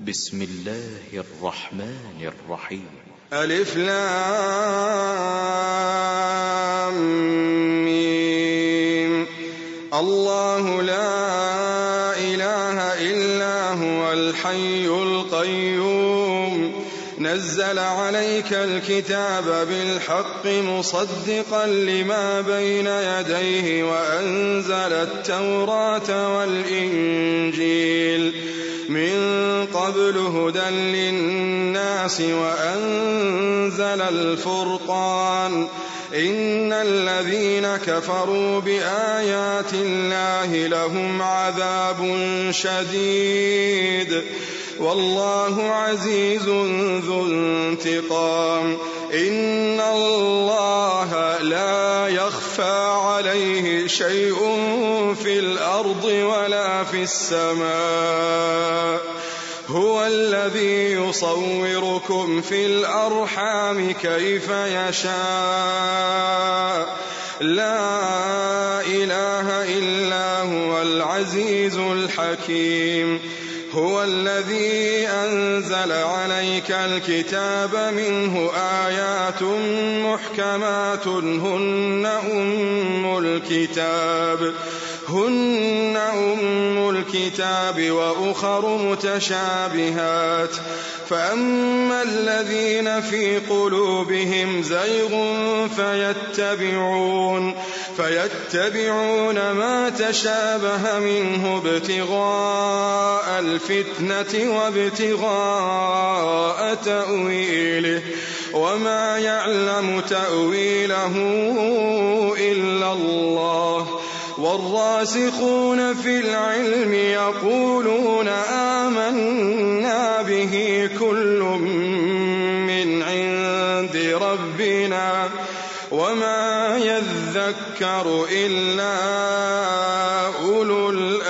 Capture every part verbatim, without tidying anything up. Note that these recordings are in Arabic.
بسم الله الرحمن الرحيم. ألف لام ميم. الله لا إله إلا هو الحي القيوم نزل عليك الكتاب بالحق مصدقا لما بين يديه وأنزل التوراة والإنجيل من قبل هدى للناس وأنزل الفرقان إن الذين كفروا بآيات الله لهم عذاب شديد والله عزيز ذو انتقام إن الله لا يخفى عليه شيء في الأرض ولا في السماء هو الذي يصوركم في الأرحام كيف يشاء لا إله إلا هو العزيز الحكيم هو الذي أنزل عليك الكتاب منه آيات محكمات هن أم الكتاب هن أم الكتاب وأخر متشابهات فأما الذين في قلوبهم زيغ فيتبعون فيتبعون ما تشابه منه ابتغاء الفتنة وابتغاء تأويله وما يعلم تأويله إلا الله والراسخون في العلم يقولون آمنا به كل من عند ربنا وما يذكر إلا أولو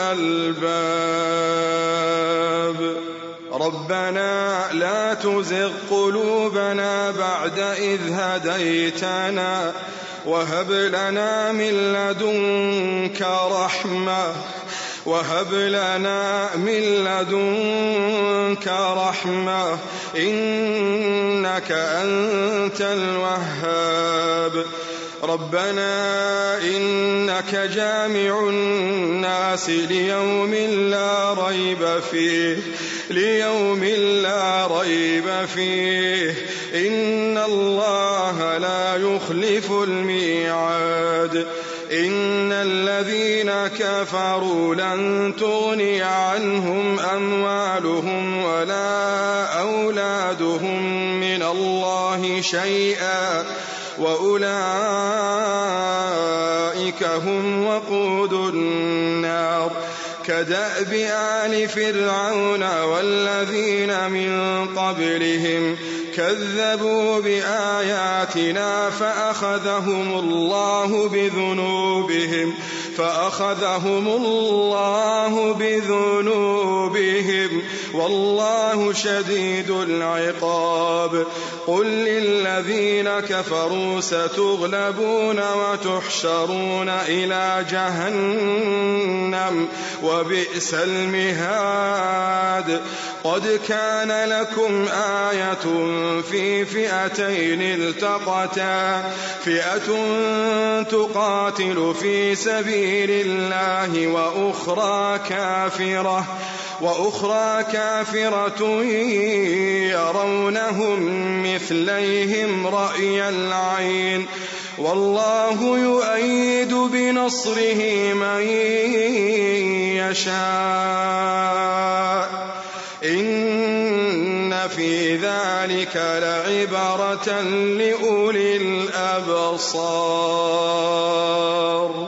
الألباب ربنا لا تزغ قلوبنا بعد إذ هديتنا وهب لنا من لدنك رحمة وهب لنا من لدنك رحمة إنك أنت الوهاب ربنا إنك جامع الناس ليوم لا ريب فيه ليوم لا ريب فيه إن الله لا يخلف الميعاد إن الذين كفروا لن تغني عنهم أموالهم ولا أولادهم من الله شيئا وأولئك هم وقود النار كدأب آل فرعون والذين من قبلهم كذبوا بآياتنا فأخذهم الله بذنوبهم فأخذهم الله بذنوبهم والله شديد العقاب قل للذين كفروا ستغلبون وتحشرون إلى جهنم وبئس المهاد قد كان لكم آية في فئتين التقتا فئة تقاتل في سبيل الله وأخرى كافرة وأخرى كافرة يرونهم مثليهم رأي العين والله يؤيد بنصره من يشاء إن في ذلك لعبرة لأولي الأبصار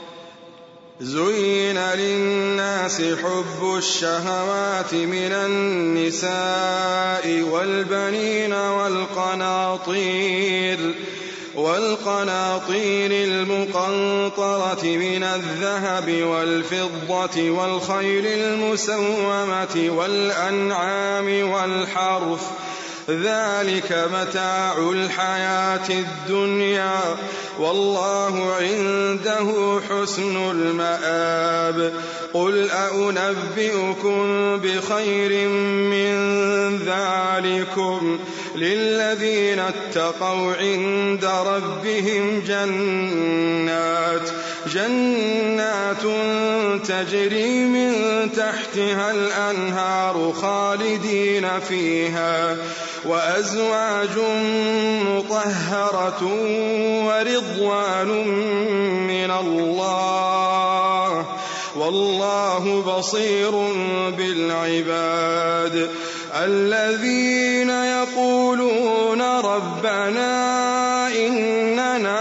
زين للناس حب الشهوات من النساء والبنين والقناطير والقناطير المقنطرة من الذهب والفضة والخيل المسومة والأنعام والحرث ذلك متاع الحياة الدنيا والله عنده حسن المآب قل أنبئكم بخير من ذلكم للذين اتقوا عند ربهم جنات جنات تجري من تحتها الأنهار خالدين فيها وأزواج مطهرة ورضوان من الله والله بصير بالعباد الذين يقولون ربنا إننا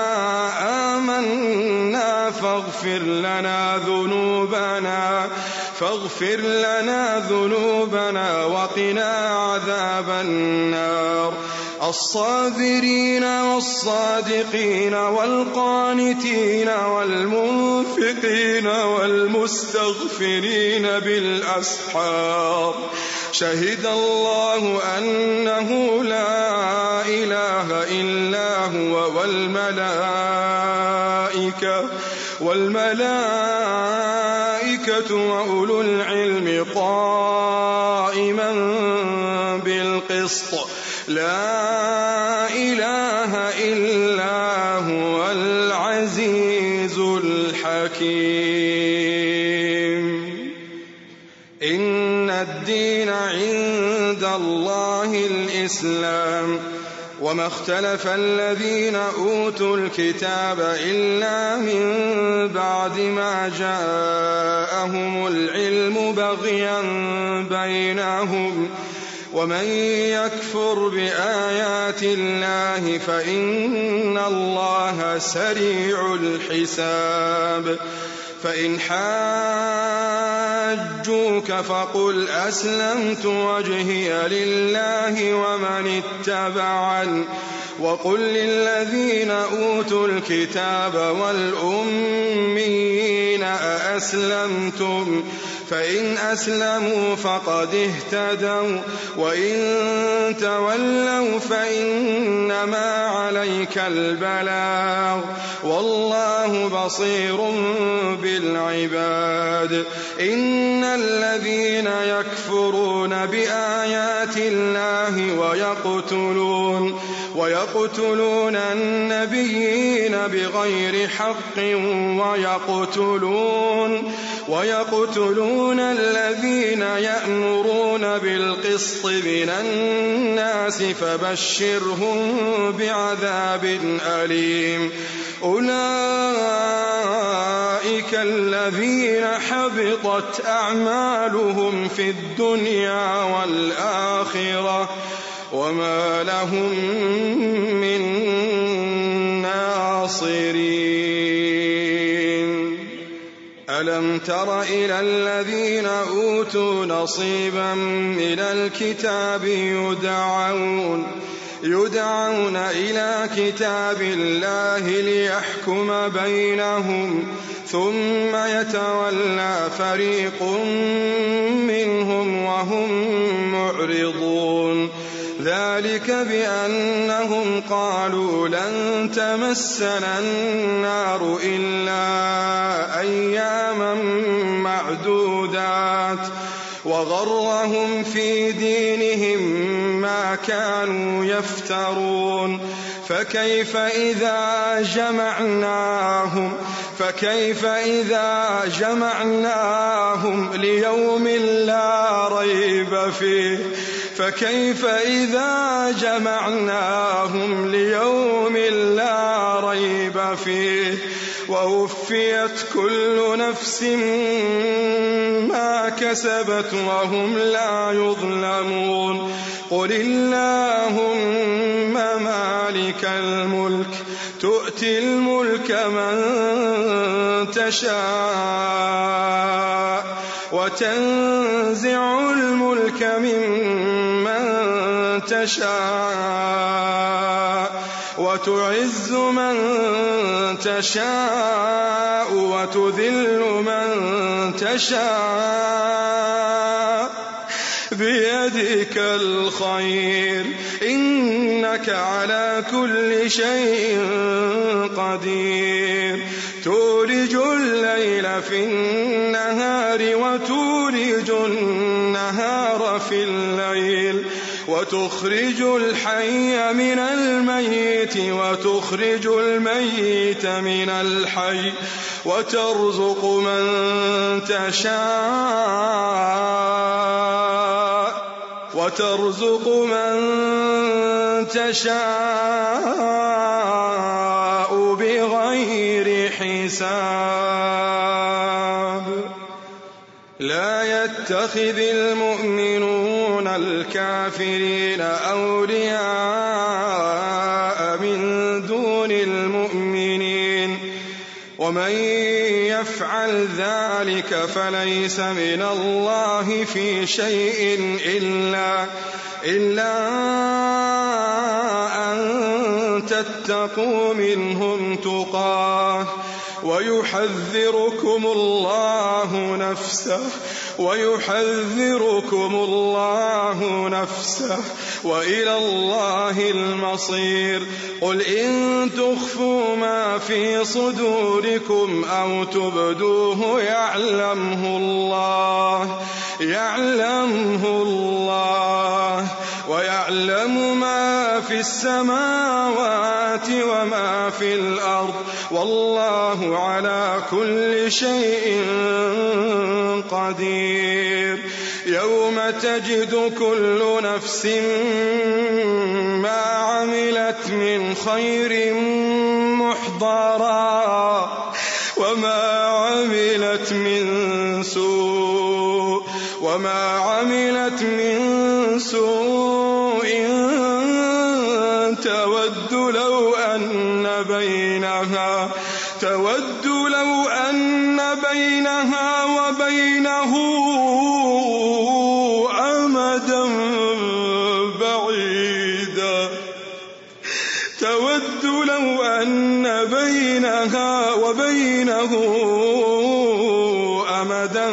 آمنا فاغفر لنا ذنوبنا فاغفر لنا ذنوبنا وقنا عذاب النار الصابرين والصادقين والقانتين والمنفقين والمستغفرين بالأسحار شهد الله أنه لا إله إلا هو والملائكة والملائكة وأولو العلم قائما بالقسط لا إله إلا هو العزيز الحكيم إن الدين عند الله الإسلام وما اختلف الذين أوتوا الكتاب إلا من بعد ما جاءهم العلم بغيا بينهم ومن يكفر بآيات الله فإن الله سريع الحساب فإن حاجوك فقل أسلمت وجهي لله ومن اتبعني وقل للذين أوتوا الكتاب والأميين أأسلمتم فإن أسلموا فقد اهتدوا وإن تولوا فإنما عليك البلاغ والله بصير بالعباد إن الذين يكفرون بآيات الله ويقتلون ويقتلون النبيين بغير حق ويقتلون ويقتلون الذين يأمرون بالقسط من الناس فبشرهم بعذاب أليم أولئك الذين حبطت أعمالهم في الدنيا والآخرة وما لهم من ناصرين ألم تر إلى الذين أوتوا نصيبا من الكتاب يدعون يدعون إلى كتاب الله ليحكم بينهم ثم يتولى فريق منهم وهم معرضون ذلك بأنهم قالوا لن تمسنا النار إلا أياما معدودات وغرهم في دينهم ما كانوا يفترون فكيف إذا جمعناهم فكيف إذا جمعناهم ليوم لا ريب فيه فكيف إذا جمعناهم ليوم لا ريب فيه ووفيت كل نفس ما كسبت وهم لا يظلمون قل اللهم مالك الملك تؤتي الملك من تشاء وتنزع الملك ممن تشاء وتعز من تشاء وتذل من تشاء بيدك الخير إنك على كل شيء قدير تولج الليل في النهار وتولج النهار في الليل وتخرج الحي من الميت وتخرج الميت من الحي وترزق من تشاء وترزق من تشاء بغير حساب. لا يتخذ المؤمنون الكافرين أولياء من دون المؤمنين ومن يفعل ذلك فليس من الله في شيء إلا, إلا أن تتقوا منهم تقاه ويحذركم الله نفسه ويحذركم الله نفسه وإلى الله المصير. قل إن تخفوا ما في صدوركم أو تبدوه يعلمه الله يعلمه الله ويعلم ما في السماوات وما في الأرض والله على كل شيء قدير. يوم تجد كل نفس ما عملت من خير محضرا وما عملت من سوء وما عملت من سوء تود لو أن بينها تود لو أن بينها وبينه أمدا بعيدا تود لو أن بينها وبينه أمدا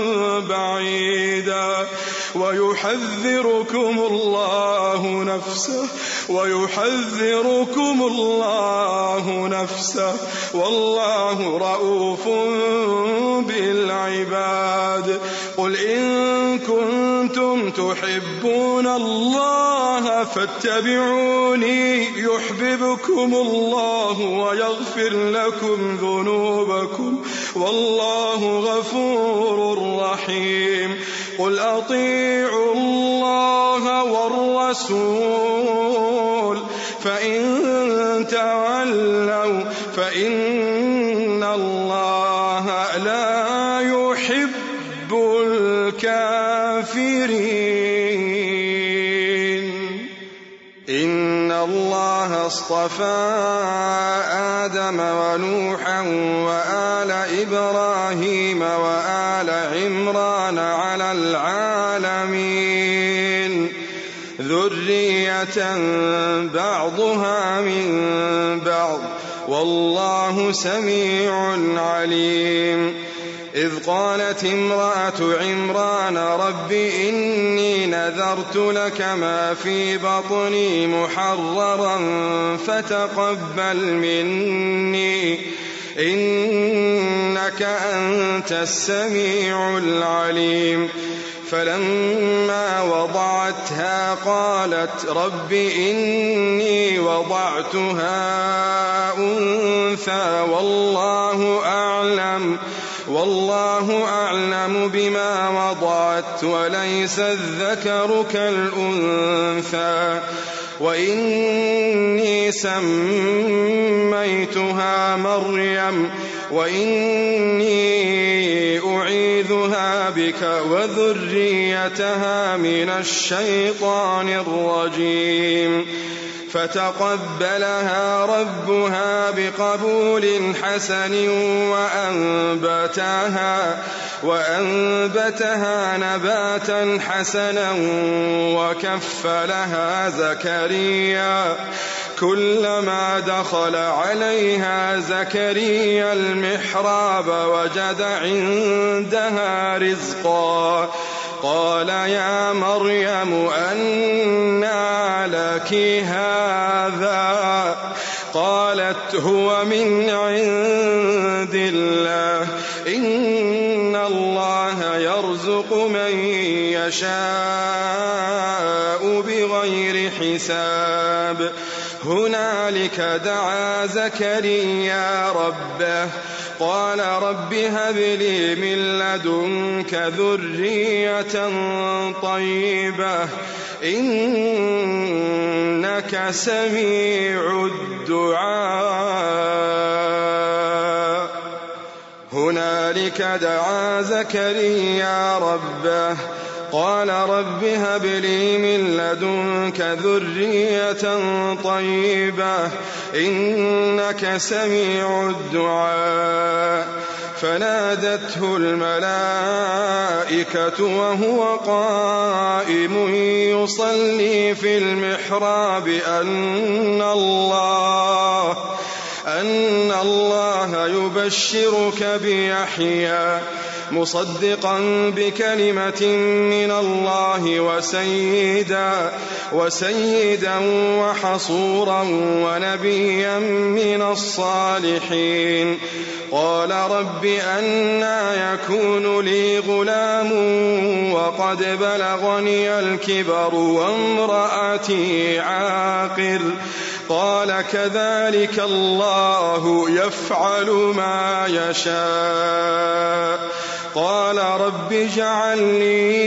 بعيدا ويحذركم الله نفسه ويحذركم الله نفسه والله رؤوف بالعباد. قل إن كنتم تحبون الله فاتبعوني يحببكم الله ويغفر لكم ذنوبكم والله غفور رحيم. قل أطيعوا الله والرسول فإن تولوا فإن الله لا يحب الكافرين. إن الله اصطفى آدم ونوحا وآل إبراهيم وآل عمران على العالمين ذرية بعضها من بعض والله سميع عليم. إذ قالت امرأة عمران رب إني نذرت لك ما في بطني محررا فتقبل مني إنك أنت السميع العليم. فلما وضعتها قالت رب إني وضعتها أنثى والله أعلم والله أعلم بما وضعت وليس الذكر كالأنثى وإني سميتها مريم وإني أعيذها بك وذريتها من الشيطان الرجيم. فتقبلها ربها بقبول حسن وأنبتها, وأنبتها نباتا حسنا وكفلها زكريا كلما دخل عليها زكريا المحراب وجد عندها رزقا قال يا مريم أنى لك هذا قالت هو من عند الله إن الله يرزق من يشاء بغير حساب هنالك دعا زكريا ربه قال رب هب لي من لدنك ذرية طيبة إنك سميع الدعاء هنالك دعا زكريا ربه قال رب هب لي من لدنك ذرية طيبة إنك سميع الدعاء فنادته الملائكة وهو قائم يصلي في المحراب أن الله أن الله يبشرك بيحيى مصدقا بكلمة من الله وسيدا وسيدا وحصورا ونبيا من الصالحين قال رب أنى يكون لي غلام وقد بلغني الكبر وامرأتي عاقر قال كذلك الله يفعل ما يشاء قال رب اجعل لي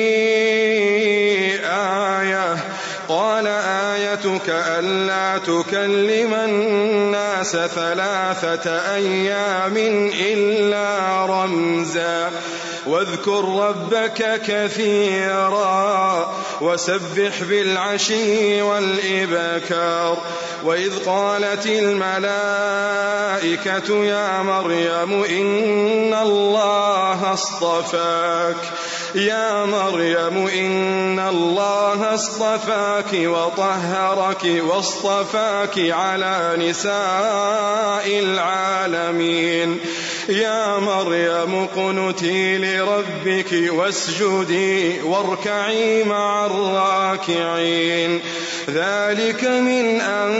آية قال آيتك ألا تكلم الناس ثلاثة أيام إلا رمزا واذكر ربك كثيرا وسبح بالعشي والإبكار وإذ قالت الملائكة يا مريم إن الله اصطفاك يا مريم إن الله اصطفاك وطهرك واصطفاك على نساء العالمين يا مريم اقنتي لربك واسجدي واركعي مع الراكعين ذلك من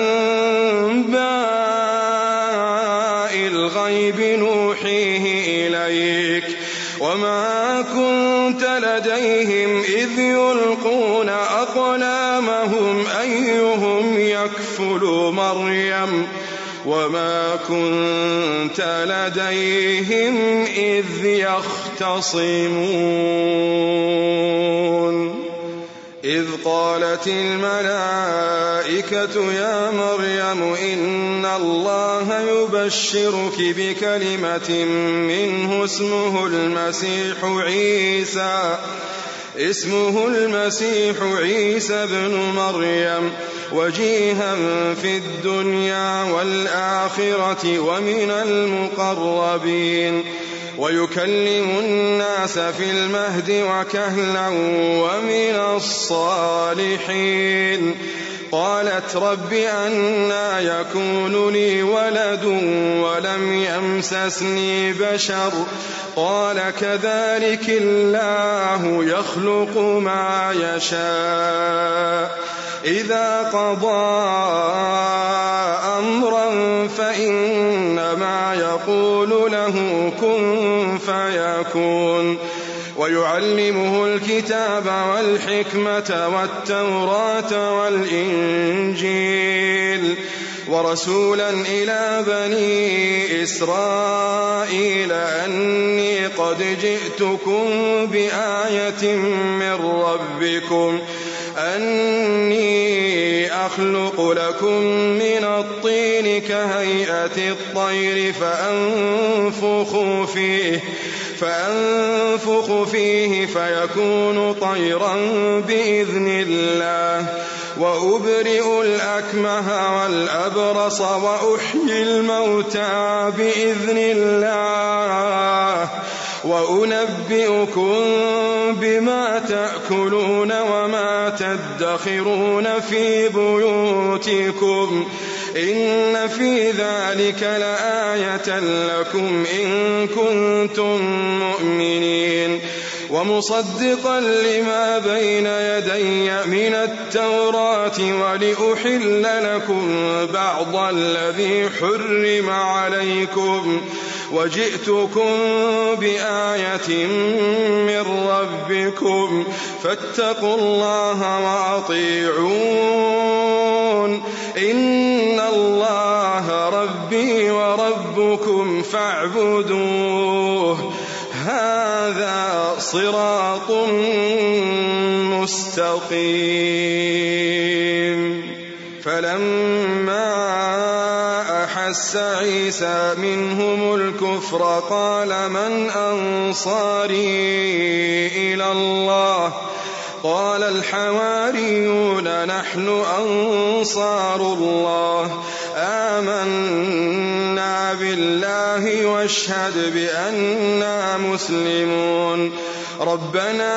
أنباء الغيب نوحيه إليك وما كنت لديهم إذ يلقون أقلامهم أيهم يكفل مريم وما كنت لديهم إذ يختصمون إذ قالت الملائكة يا مريم إن الله يبشرك بكلمة منه اسمه المسيح عيسى اسمه المسيح عيسى ابن مريم وجيها في الدنيا والآخرة ومن المقربين ويكلم الناس في المهد وكهلا ومن الصالحين قالت رب أنى يكون لي ولد ولم يمسسني بشر قال كذلك الله يخلق ما يشاء إذا قضى أمرا فإنما يقول له كن فيكون ويعلمه الكتاب والحكمة والتوراة والإنجيل ورسولا إلى بني إسرائيل أني قد جئتكم بآية من ربكم أني أخلق لكم من الطين كهيئة الطير فأنفخ فيه فأنفخ فيه فيكون طيرا بإذن الله وأبرئ الأكمه والأبرص وأحيي الموتى بإذن الله وأنبئكم بما تأكلون وما تدخرون في بيوتكم إن في ذلك لآية لكم إن كنتم مؤمنين ومصدقا لما بين يدي من التوراة ولأحل لكم بعض الذي حرم عليكم وجئتكم بآية من ربكم فاتقوا الله وأطيعون فاعبدوه هذا صراط مستقيم. فلما أحس عيسى منهم الكفر قال من أنصاري إلى الله قال الحواريون نحن أنصار الله آمنا بالله واشهد بأننا مسلمون. ربنا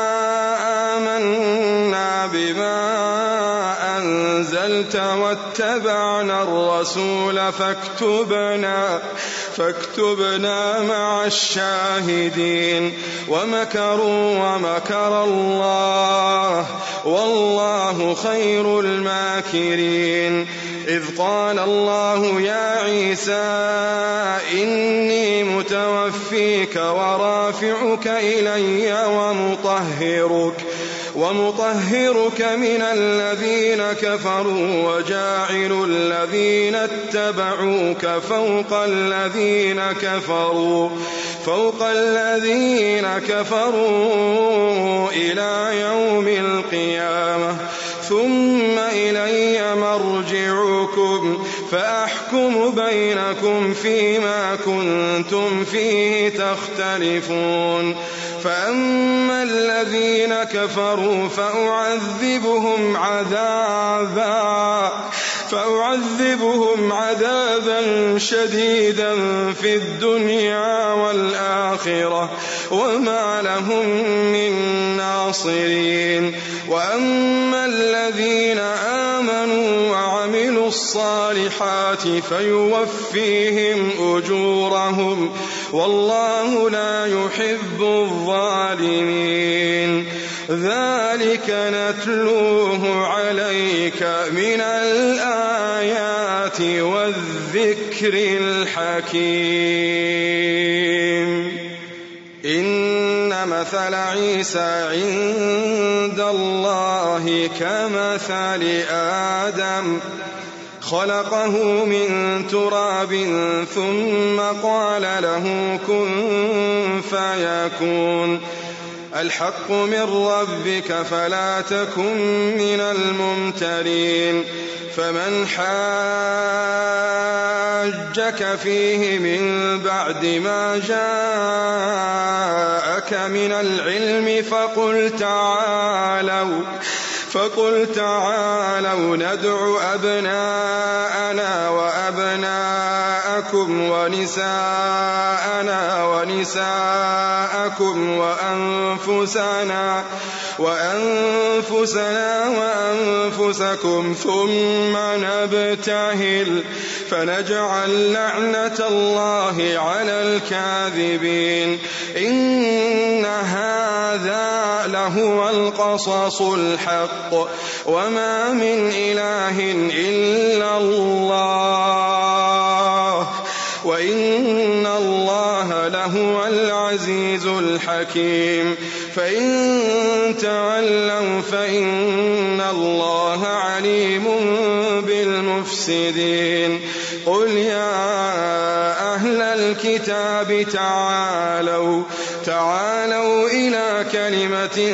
آمنا بما أنزلت واتبعنا الرسول فاكتبنا فاكتبنا مع الشاهدين. ومكروا ومكر الله والله خير الماكرين. إذ قال الله يا عيسى إني متوفيك ورافعك إلي ومطهرك ومطهرك من الذين كفروا وجاعل الذين اتبعوك فوق الذين كفروا فوق الذين كفروا إلى يوم القيامة ثم إلي مرجعكم فأحكم بينكم فيما كنتم فيه تختلفون. فأما الذين كفروا فأعذبهم عذابا فأعذبهم عذابا شديدا في الدنيا والآخرة وما لهم من ناصرين. وأما الذين آمنوا وعملوا الصالحات فيوفيهم أجورهم والله لا يحب الظالمين. ذلك نتلوه عليك من الآيات والذكر الحكيم. إن مثل عيسى عند الله كمثل آدم خلقه من تراب ثم قال له كن فيكون. الحق من ربك فلا تكن من الممترين. فمن حاجك فيه من بعد ما جاءك من العلم فقل تعالوا فقل تعالوا ندع أبناءنا وأبناءكم ونساءنا ونساءكم وأنفسنا وأنفسنا وأنفسكم ثم نبتهل فنجعل لعنة الله على الكاذبين. إن هذا لهو القصص الحق وما من إله إلا الله وإن الله لهو العزيز الحكيم. فإن تولوا فإن الله عليم بالمفسدين. قل يا أهل الكتاب تعالوا تعالوا إلى كلمة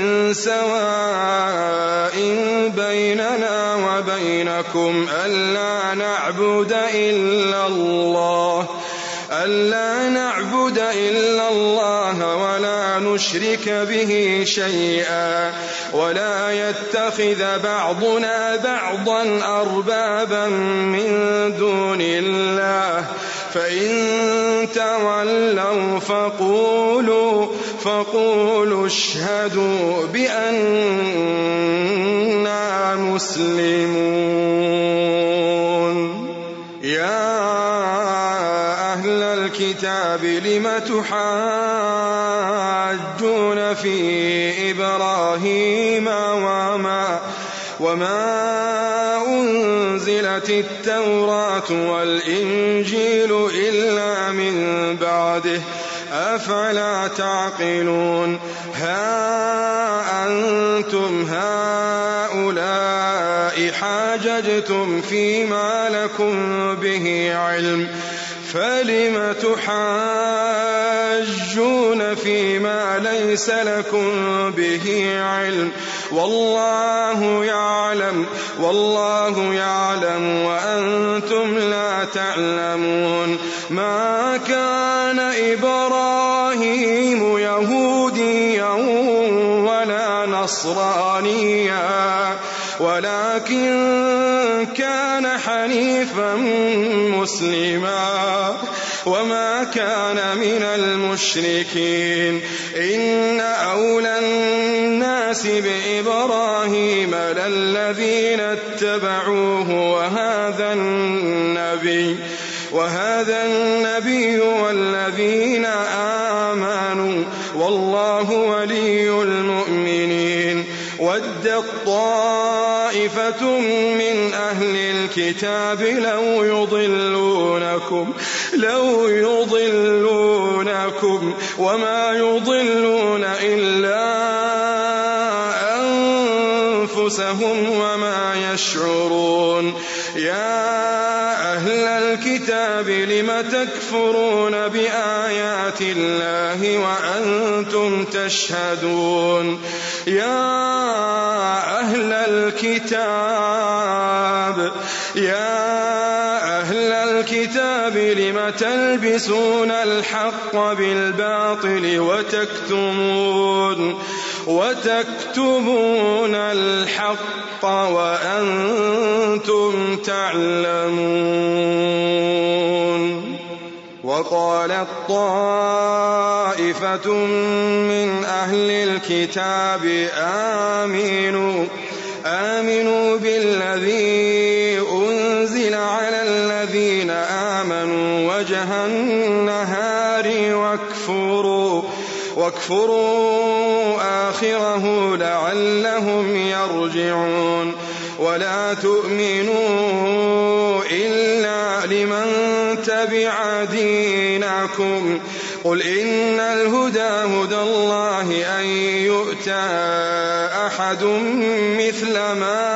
سواء بيننا وبينكم ألا نعبد إلا الله ألا نعبد إلا الله ولا نشرك به شيئا ولا يتخذ بعضنا بعضا أربابا من دون الله. فإن تولوا فقولوا فقولوا اشهدوا بأننا مسلمون. يا أهل الكتاب لم تحاجون في إبراهيم وما وما أنزلت التوراة والإنجيل إلا من بعده أفلا تعقلون. ها أنتم هؤلاء حاججتم فيما لكم به علم فلم تحاجون فيما ليس لكم به علم والله يعلم والله يعلم وأنتم لا تعلمون. ما كان إبراهيم يهوديا ولا نصرانيا ولكن كان حنيفا مسلما وما كان من المشركين. إن أولى الناس بإبراهيم للذين اتبعوه وهذا النبي وهذا النبي والذين آمنوا والله ولي المؤمنين. ودت طائفة من أهل الكتاب لو يضلونكم لو يضلونكم وما يضلون إلا أنفسهم وما يشعرون. يا أهل الكتاب لم تكفرون بآيات الله وأنتم تشهدون. يا أهل الكتاب يا أهل الكتاب لم تلبسون الحق بالباطل وتكتمون وتكتمون الحق وأنتم تعلمون. وقالت طائفة من أهل الكتاب آمنوا آمنوا بالذي أنزل على الذين آمنوا وجه النهار واكفروا واكفروا آخره لعلهم يرجعون. ولا تؤمنوا إلا لمن تبع دينكم قل إن الهدى هدى الله أن يؤتى أحد مثل ما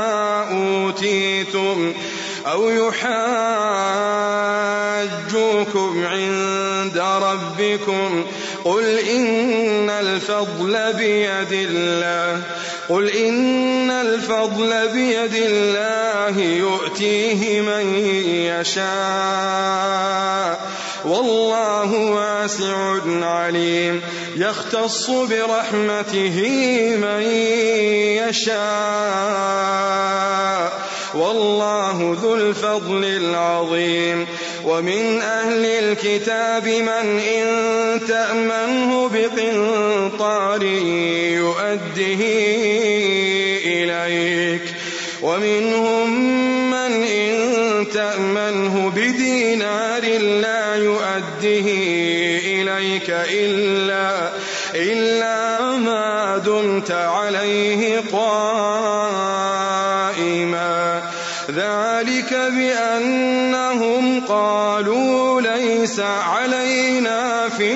أوتيتم أو يحاجوكم عند ربكم قل إن الفضل بيد الله قل إن الفضل بيد الله يؤتيه من يشاء والله واسع عليم. يختص برحمته من يشاء والله ذو الفضل العظيم. ومن أهل الكتاب من إن تأمنه بقنطار يؤده إليك ومنهم من إن تأمنه بدينار لا يؤده إليك إلا, إلا ما دمت عليه قائما ذلك بأنهم قالوا ليس علينا في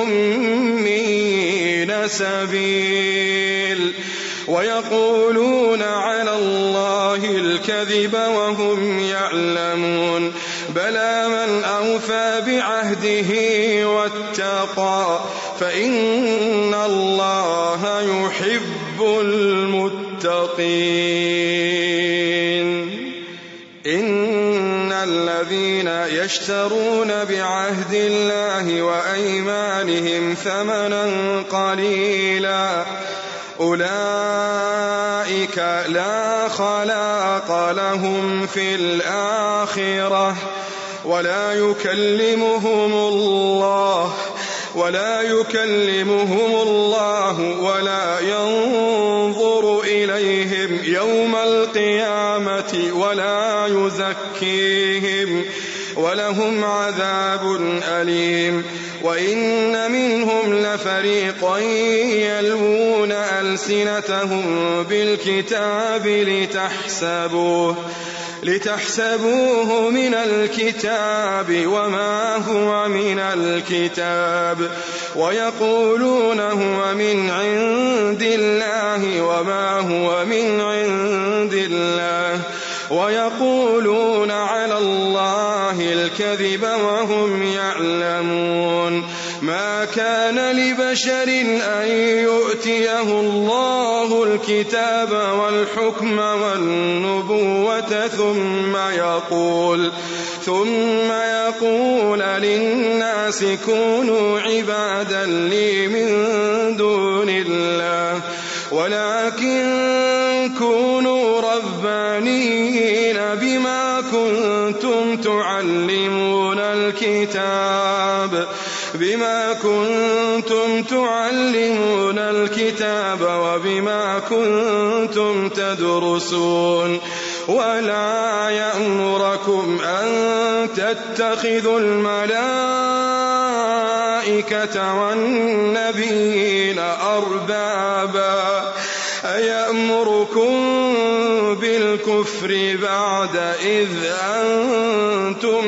الأمين سبيل ويقولون على الله الكذب وهم يعلمون. بلى من أوفى بعهده واتقى فإن الله يحب المتقين. إن الذين يشترون بعهد الله وأيمانهم ثمنا قليلا أولئك لا خلاق لهم في الآخرة ولا يكلمهم الله ولا يكلمهم الله ولا ينظر إليهم يوم القيامة ولا يزكيهم ولهم عذاب أليم. وإن منهم لفريقا يلوون ألسنتهم بالكتاب لتحسبوه لتحسبوه من الكتاب وما هو من الكتاب ويقولون هو من عند الله وما هو من عند الله ويقولون على الله الكذب وهم يعلمون. ما كان لبشر أن يؤتيه الله الكتاب والحكم والنبوة ثم يقول ثم يقول للناس كونوا عبادا لي من دون الله ولكن كونوا ربانيين بما كنتم تعلمون الكتاب بما كنتم تعلمون الكتاب وبما كنتم تدرسون. ولا يأمركم أن تتخذوا الملائكة والنبيين أربابا أيأمركم بالكفر بعد إذ أنتم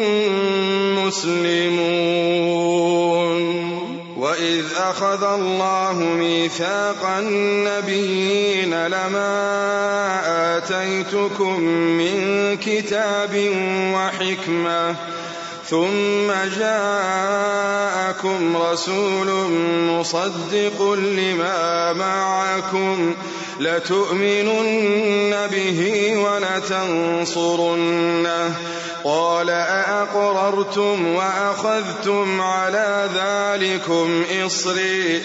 مسلمون. وإذ أخذ الله ميثاق النبيين لما آتيتكم من كتاب وحكمة ثم جاءكم رسول مصدق لما معكم لتؤمنن به ولتنصرنه قال أأقررتم وأخذتم على ذلكم إصري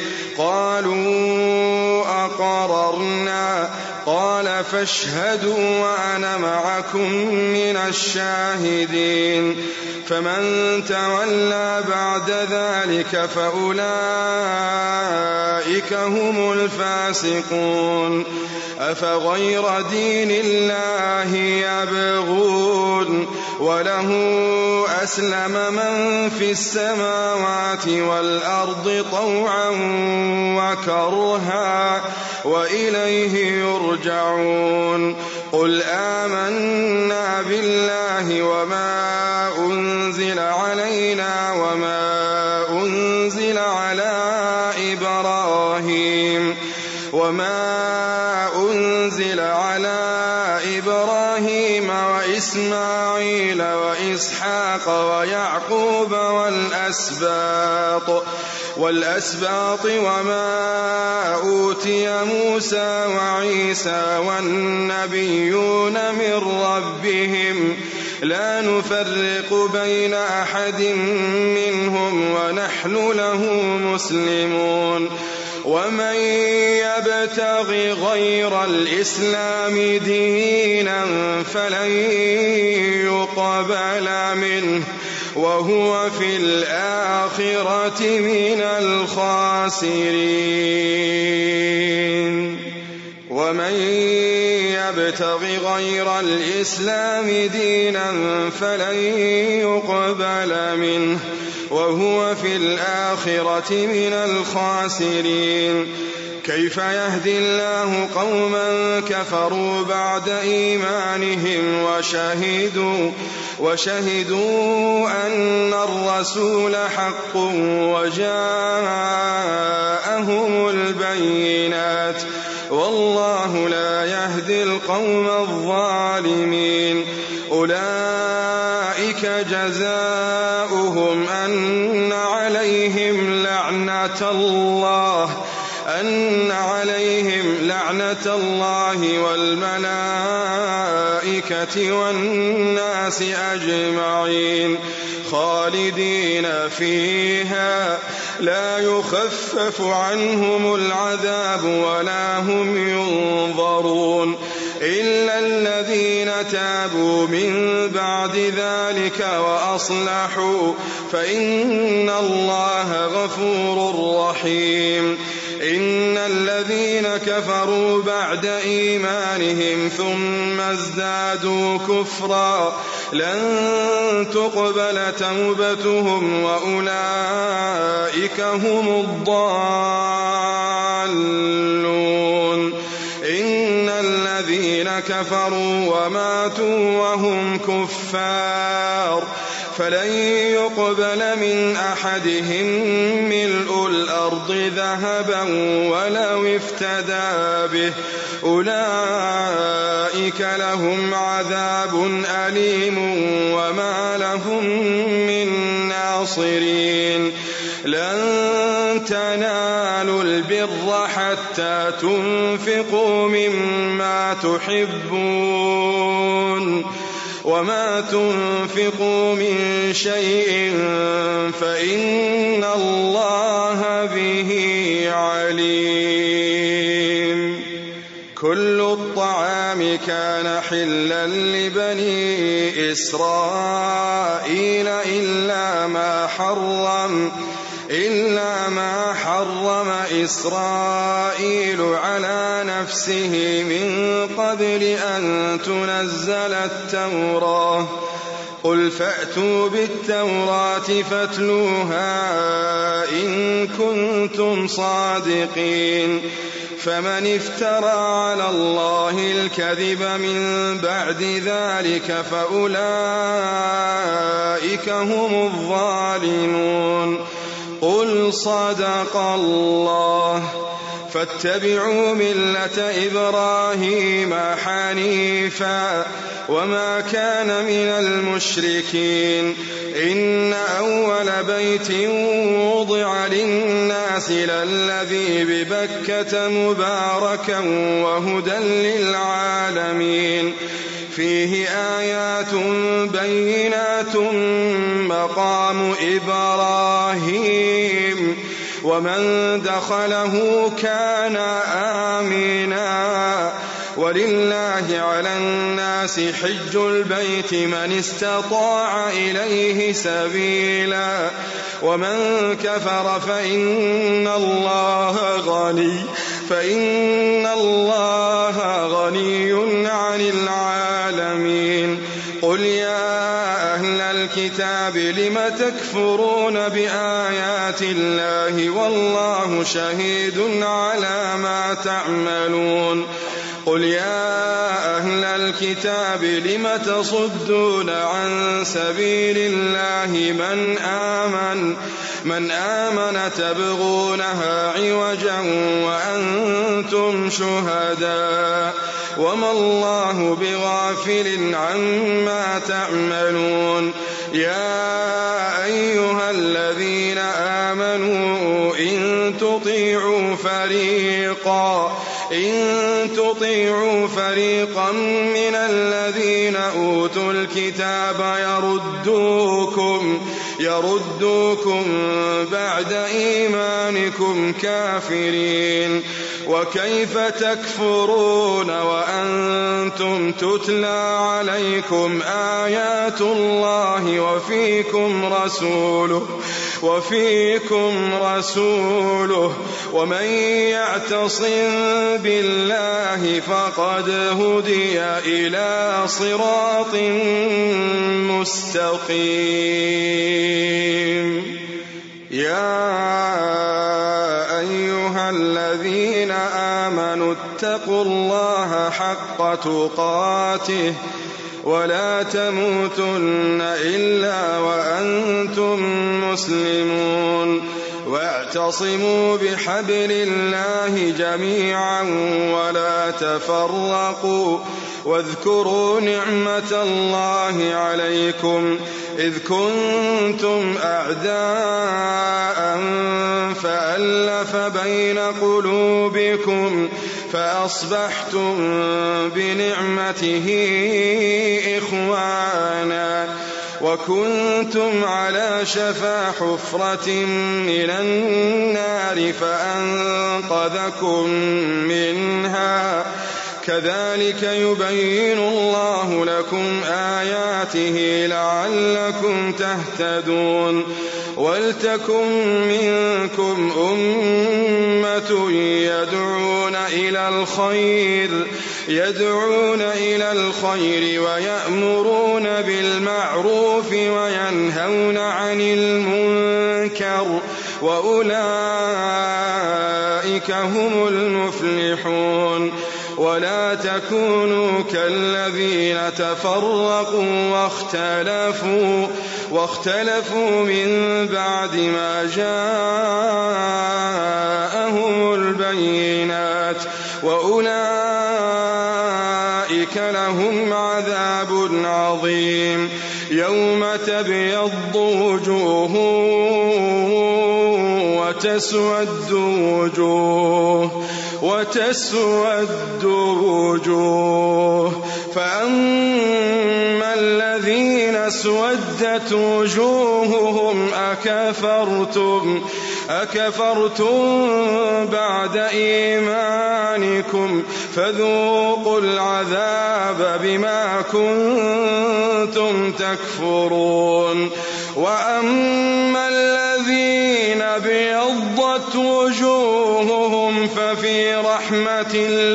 قالوا أقررنا قال فاشهدوا وأنا معكم من الشاهدين. فمن تولى بعد ذلك فأولئك هم الفاسقون. أفغير دين الله يبغون وله أسلم من في السماوات والأرض طوعا وكرها وإليه يرجعون. قل آمنا بالله وما أنزل علينا وما أنزل على إبراهيم وما أنزل على إبراهيم وإسماعيل وإسحاق ويعقوب والأسباط والأسباط وما أوتي موسى وعيسى والنبيون من ربهم لا نفرق بين أحد منهم ونحن له مسلمون. ومن يبتغ غير الإسلام دينا فلن يقبل منه وهو في الآخرة من الخاسرين. ومن يبتغ غير الإسلام دينا فلن يقبل منه وهو في الآخرة من الخاسرين. كيف يهدي الله قوما كفروا بعد إيمانهم وشهدوا وشهدوا أن الرسول حق وجاءهم البينات والله لا يهدي القوم الظالمين. أولئك جزاؤهم أن عليهم لعنة الله أن عليهم لعنة الله والملائكة والناس أجمعين خالدين فيها لا يخفف عنهم العذاب ولا هم ينظرون إلا الذين تابوا من بعد ذلك وأصلحوا فإن الله غفور رحيم. إن الذين كفروا بعد إيمانهم ثم ازدادوا كفرا لن تقبل توبتهم وأولئك هم الضالون. إن الذين كفروا وماتوا وهم كفار فلن يقبل من أحدهم ملء الأرض ذهبا ولو افتدى به أولئك أولئك لهم عذاب أليم وما لهم من ناصرين لن تنالوا البر حتى تنفقوا مما تحبون وما تنفقوا من شيء فإن الله به عليم. كل الطعام كان حلا لبني إسرائيل إلا ما حرم إلا ما حرم إسرائيل على نفسه من قبل أن تنزل التوراة قل فأتوا بالتوراة فاتلوها إن كنتم صادقين فمن افترى على الله الكذب من بعد ذلك فأولئك هم الظالمون. قل صدق الله فاتبعوا ملة إبراهيم حنيفا وما كان من المشركين إن أول بيت وضع للناس للذي ببكة مباركا وهدى للعالمين فيه آيات بينات مقام إبراهيم ومن دخله كان آمنا ولله على الناس حج البيت من استطاع إليه سبيلا ومن كفر فإن الله غني فإن الله غني عن العالمين. قل يا أهل الكتاب لم تكفرون بآيات الله والله شهيد على ما تعملون. قل يا أهل الكتاب لم تصدون عن سبيل الله من آمن من آمن تبغونها عوجا وأنتم شهداء وما الله بغافل عما تعملون. يا أيها الذين آمنوا إن تطيعوا فريقا إن تطيعوا فريقا من الذين أوتوا الكتاب يردوكم يردوكم بعد إيمانكم كافرين وكيف تكفرون وأنتم تتلى عليكم آيات الله وفيكم رسوله وفيكم رسوله ومن يعتصم بالله فقد هدي إلى صراط مستقيم. يا أيها الذين آمنوا اتقوا الله حق تقاته ولا تموتن إلا وأنتم مسلمون واعتصموا بحبل الله جميعا ولا تفرقوا واذكروا نعمة الله عليكم إذ كنتم أعداء فألف بين قلوبكم فأصبحتم بنعمته إخوانا وكنتم على شفا حفرة من النار فأنقذكم منها كذلك يبين الله لكم آياته لعلكم تهتدون. ولتكن منكم أمة يدعون إلى الخير يدعون إلى الخير ويأمرون بالمعروف وينهون عن المنكر وأولئك هم المفلحون. ولا تكونوا كالذين تفرقوا واختلفوا واختلفوا من بعد ما جاءهم البينات وأولئك أولئك لهم عذاب عظيم. يوم تبيض وجوه وتسود وجوه وتسود وجوه فأما الذين اسودت وجوههم أكفرتم أكفرتم بعد إيمانكم فذوقوا العذاب بما كنتم تكفرون. وأما الذين ابيضت وجوههم ففي رحمة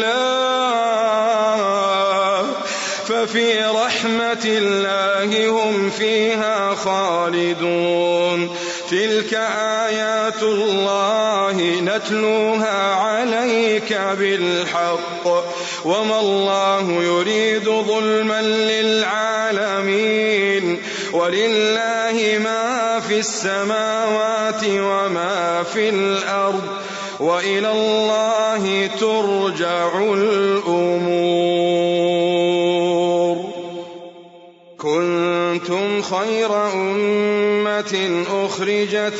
الله ففي رحمة الله هم فيها خالدون. تلك آيات الله نتلوها عليك بالحق وما الله يريد ظلما للعالمين. ولله ما في السماوات وما في الأرض وإلى الله ترجع الأمور. كنتم خير أمة أخرجت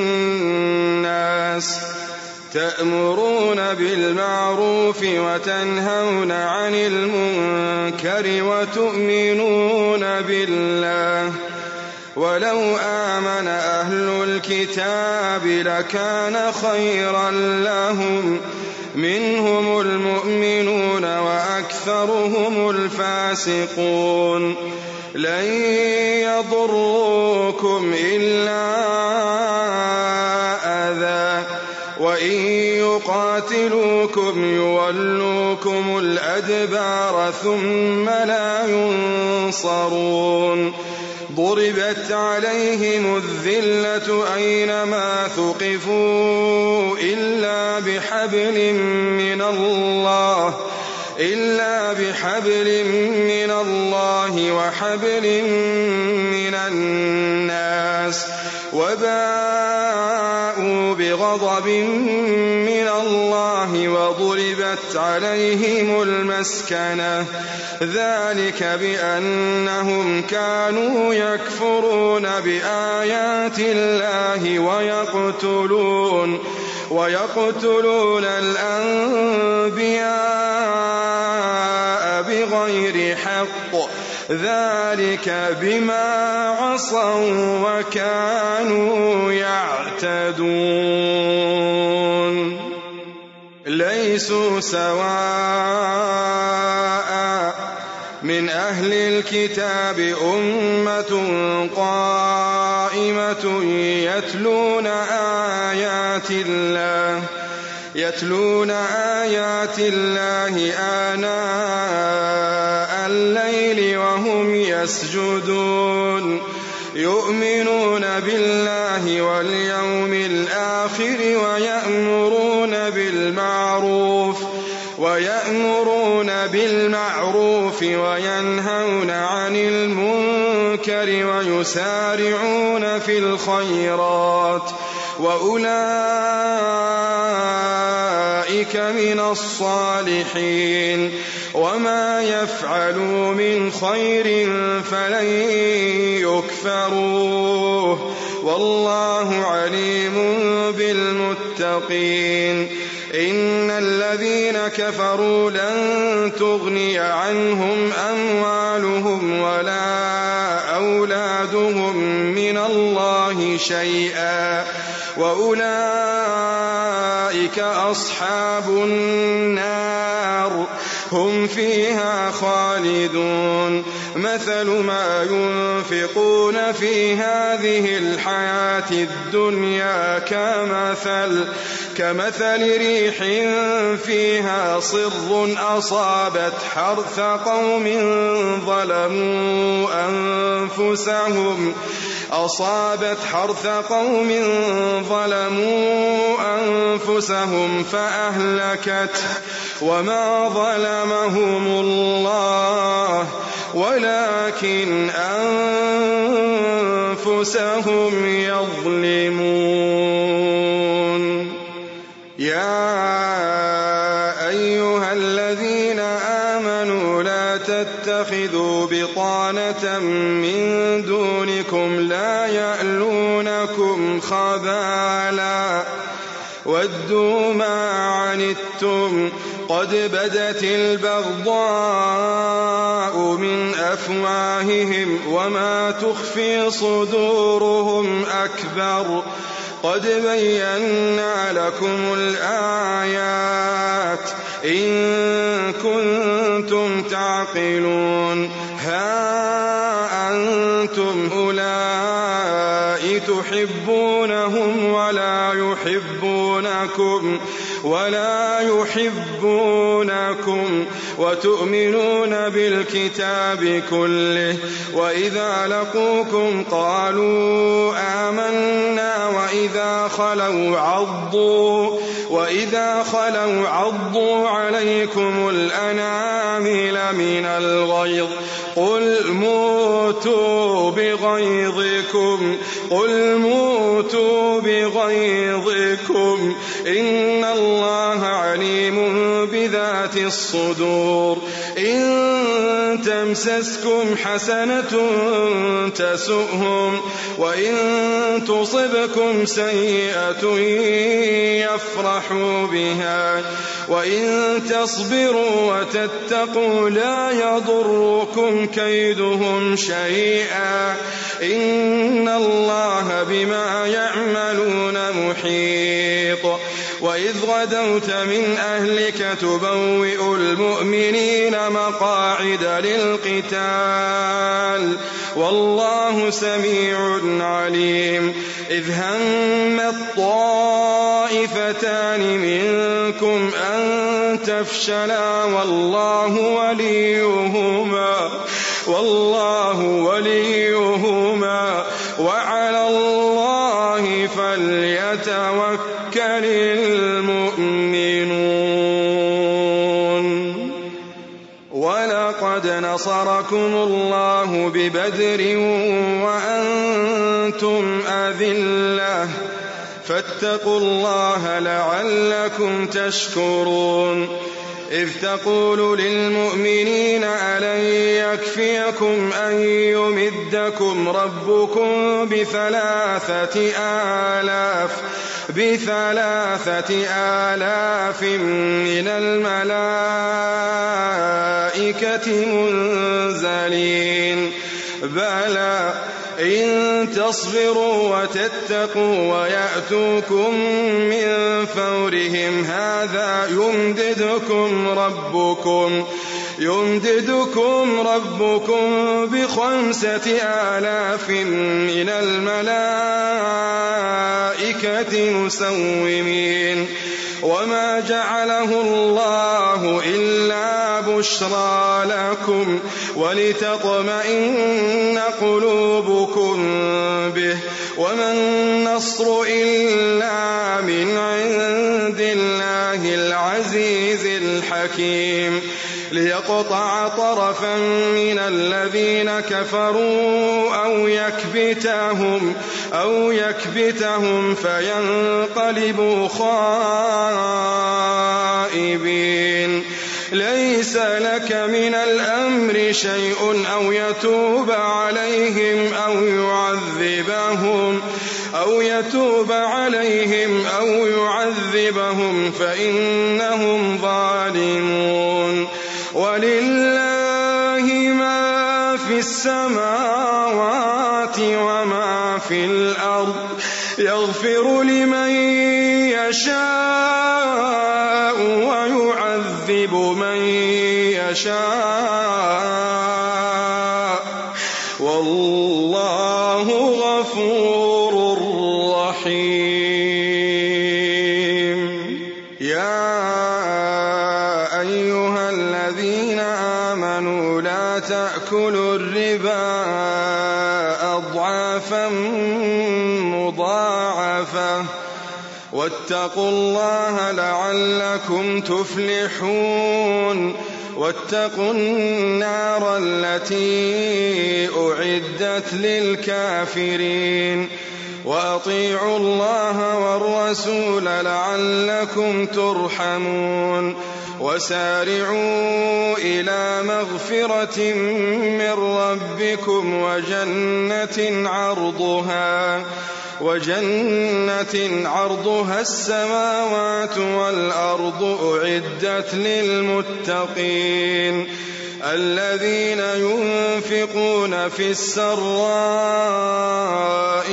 للناس تأمرون بالمعروف وتنهون عن المنكر وتؤمنون بالله. ولو آمن أهل الكتاب لكان خيرا لهم منهم المؤمنون وأكثرهم الفاسقون. لن يضروكم إلا أذى وإن يقاتلوكم يولوكم الأدبار ثم لا ينصرون. ضربت عليهم الذلة أينما ثقفوا إلا بحبل من الله إلا بحبل من الله وحبل من الناس وباءوا بغضب من الله وضربت عليهم المسكنة ذلك بأنهم كانوا يكفرون بآيات الله ويقتلون ويقتلون الأنبياء بغير حق ذلك بما عصوا وكانوا يعتدون. ليسوا سواء من أهل الكتاب أمة قائمة يتلون آيات الله يتلون آيات الله آناء الليل وهم يسجدون يؤمنون بالله واليوم الآخر ويأمرون بالمعروف ويأمرون بالمعروف وينهون عن المنكر ويسارعون في الخيرات وأولئك من الصالحين. وما يفعلوا من خير فلن يكفروه والله عليم بالمتقين. إن الذين كفروا لن تغني عنهم أموالهم ولا أولادهم من الله شيئا وأولئك أصحاب النار هم فيها خالدون. مثل ما ينفقون في هذه الحياة الدنيا كمثل كمثل ريح فيها صر أصابت حرث قوم ظلموا أنفسهم أصابت حرث قوم ظلموا أنفسهم فأهلكته وما ظلمهم الله ولكن أنفسهم يظلمون. يا أيها الذين آمنوا لا ولا تتخذوا بطانة من دونكم لا يألونكم خبالا ودوا ما عنتم قد بدت البغضاء من أفواههم وما تخفي صدورهم أكبر قد بينا لكم الآيات إن كنتم تعقلون ها أنتم أولئك تحبونهم ولا يحبونكم ولا يحبونكم وتؤمنون بالكتاب كله وإذا لقوكم قالوا آمنا وإذا خلوا عضوا وإذا خلوا عضوا عليكم الأنامل من الغيظ قل موتوا بغيظكم قل موتوا بغيظكم إن الله عليم بذات الصدور إن تمسسكم حسنة تسؤهم وإن تصبكم سيئة يفرحوا بها وإن تصبروا وتتقوا لا يضركم كيدهم شيئا إن الله بما يعملون محيط وإذ غدوت من أهلك تبوئ المؤمنين مقاعد للقتال والله سميع عليم إذ هم الطائفتان منكم أن تفشلا والله وليهما والله وليهما وعلى الله فليتوكل المؤمنون ولقد نصركم الله ببدر وأنتم أذلة فاتقوا الله لعلكم تشكرون إذ تقول للمؤمنين ألن يكفيكم أن يمدكم ربكم بثلاثة آلاف بثلاثة آلاف من الملائكة منزلين بلى إن تصبروا وتتقوا ويأتوكم من فورهم هذا يمددكم ربكم يمددكم ربكم بخمسة آلاف من الملائكة مسومين وما جعله الله إلا بشرى لكم ولتطمئن قلوبكم به وما النصر إلا من عند الله العزيز الحكيم ليقطع طرفا من الذين كفروا أو يكبتهم أو يكبتهم فينقلبوا خائبين ليس لك من الأمر شيء أو يتوب عليهم أو يعذبهم أو يتوب عليهم أو يعذبهم فإنهم ظالمون ولله ما في السماوات وما في الأرض يغفر لمن يشاء ويعذب من يشاء والله غفور رحيم يا أيها الذين آمنوا لا تأكلوا الربا أضعافا مضاعفة واتقوا الله لعلكم تفلحون واتقوا النار التي أعدت للكافرين وأطيعوا الله والرسول لعلكم ترحمون وسارعوا إلى مغفرة من ربكم وجنة عرضها وجنة عرضها السماوات والأرض أعدت للمتقين الذين ينفقون في السراء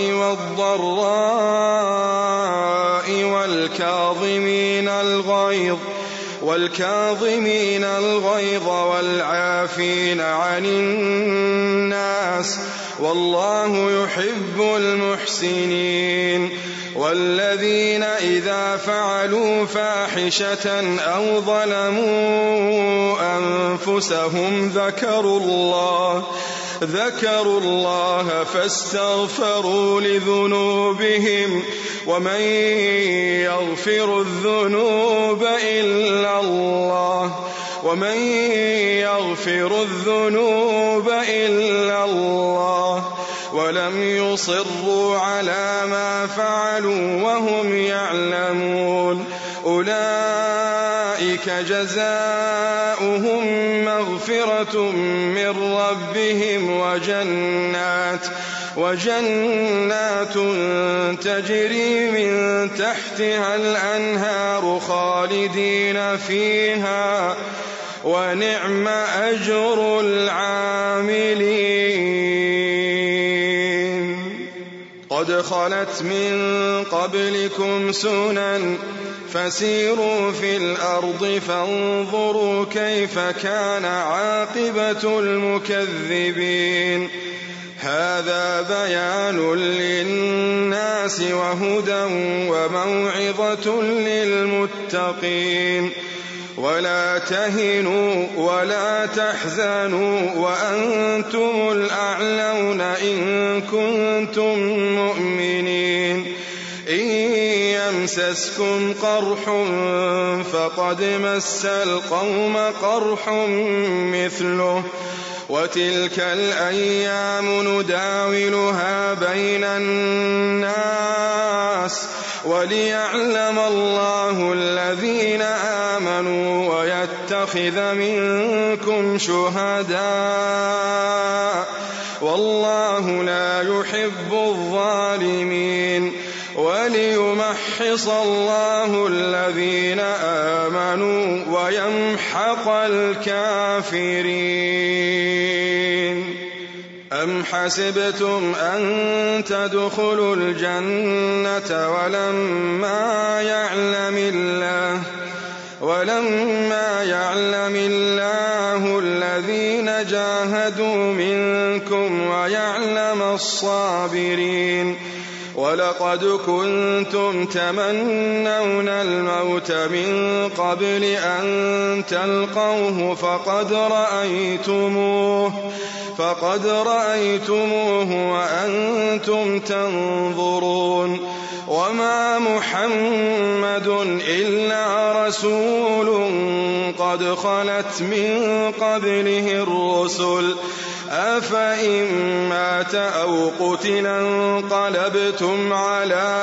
والضراء والكاظمين الغيظ والكاظمين الغيظ والعافين عن الناس والله يحب المحسنين والذين إذا فعلوا فاحشة أو ظلموا أنفسهم ذكروا الله ذكروا الله فاستغفروا لذنوبهم ومن يغفر الذنوب إلا الله ومن يغفر الذنوب إلا الله ولم يصروا على ما فعلوا وهم يعلمون أولئك جزاؤهم مغفرة من ربهم وجنات وجنات تجري من تحتها الأنهار خالدين فيها ونعم أجر العاملين قد خلت من قبلكم سنن فسيروا في الأرض فانظروا كيف كان عاقبة المكذبين هذا بيان للناس وهدى وموعظة للمتقين ولا تهنوا ولا تحزنوا وأنتم الأعلون إن كنتم مؤمنين إن يمسسكم قرح فقد مس القوم قرح مثله وتلك الأيام نداولها بين الناس وليعلم الله الذين آمنوا ويتخذ منكم شهداء والله لا يحب الظالمين وليمحص الله الذين آمنوا ويمحق الكافرين أم حسبتم أن تدخلوا الجنة ولما يعلم الله ولما يعلم الله الذين جاهدوا منكم ويعلم الصابرين ولقد كنتم تمنون الموت من قبل أن تلقوه فقد رأيتموه فقد رأيتموه وأنتم تنظرون وما محمد إلا رسول قد خلت من قبله الرسل أفإن مات أو قتلا انقلبتم على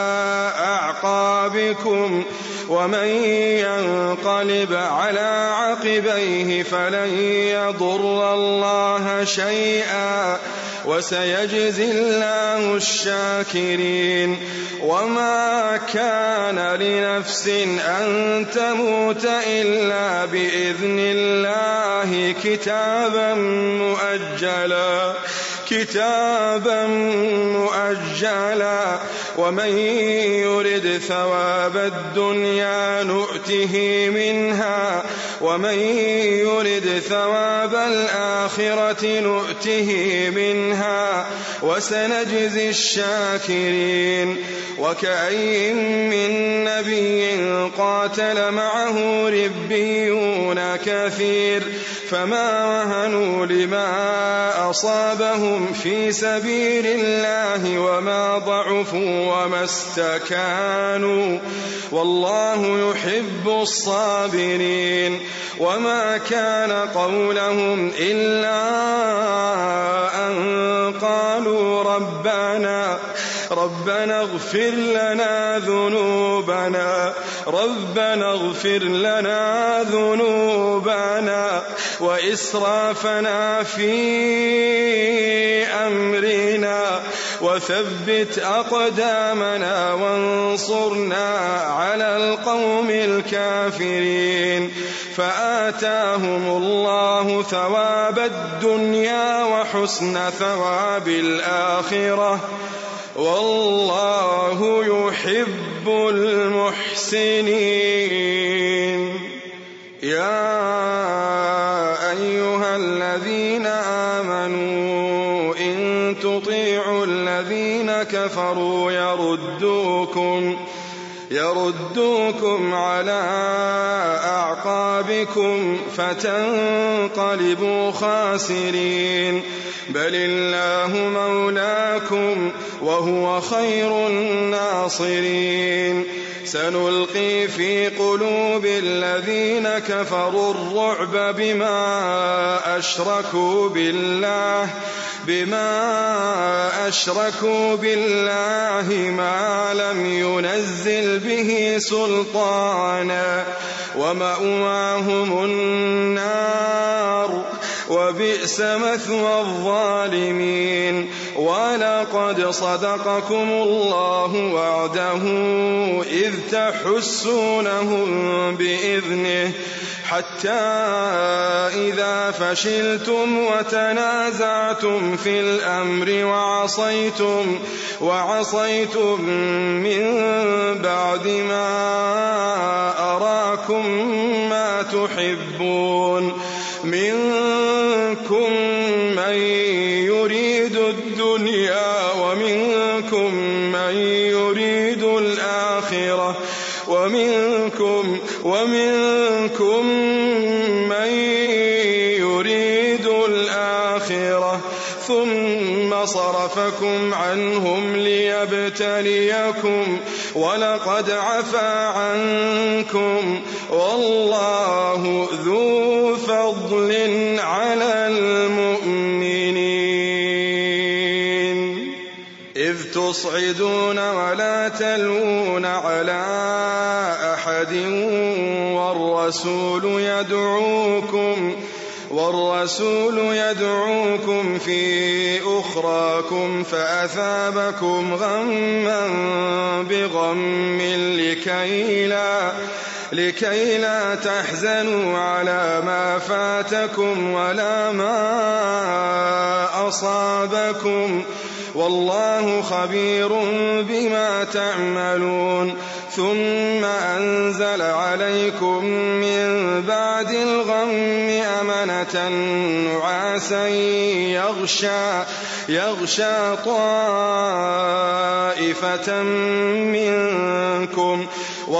أعقابكم ومن ينقلب على عقبيه فلن يضر الله شيئا وسيجزي الله الشاكرين وما كان لنفس أن تموت إلا بإذن الله كتابا مؤجلا كتابا مؤجلا ومن يرد ثواب الدنيا نؤته منها ومن يرد ثواب الآخرة نؤته منها وسنجزي الشاكرين وكأي من نبي قاتل معه ربيون كثير فما وهنوا لما أصابهم في سبيل الله وما ضعفوا وما استكانوا والله يحب الصابرين وما كان قولهم إلا أن قالوا ربنا ربنا اغفر لنا ذنوبنا ربنا اغفر لنا ذنوبنا وإسرافنا في أمرنا وثبت أقدامنا وانصرنا على القوم الكافرين. فآتاهم الله ثواب الدنيا وحسن ثواب الآخرة والله يحب المحسنين. يا أيها الذين آمنوا إن تطيعوا الذين كفروا يردوكم يردوكم على أعقابكم فتنقلبوا خاسرين. بل الله مولاكم وهو خير الناصرين. سنلقي في قلوب الذين كفروا الرعب بما أشركوا بالله بما أشركوا بالله ما لم ينزل به سلطانا ومأواهم النار وبئس مثوى الظالمين. ولقد صدقكم الله وعده إذ تحسونهم بإذنه حتى إذا فشلتم وتنازعتم في الأمر وعصيتم, وعصيتم من بعد ما أراكم ما تحبون منكم من يريد الدنيا ومنكم من يريد الآخرة ومنكم, ومنكم من يريد الآخرة ثم صرفكم عنهم ليبتليكم ولقد عفا عنكم والله ذو فضل على المؤمنين. إذ تصعدون ولا تلوون على أحد والرسول يدعوكم والرسول يدعوكم في أخراكم فأثابكم غما بغم لكي لا, لكي لا تحزنوا على ما فاتكم ولا ما أصابكم والله خبير بما تعملون. ثم أنزل عليكم من بعد الغم أمنة نعاسا يغشى, يغشى طائفة منكم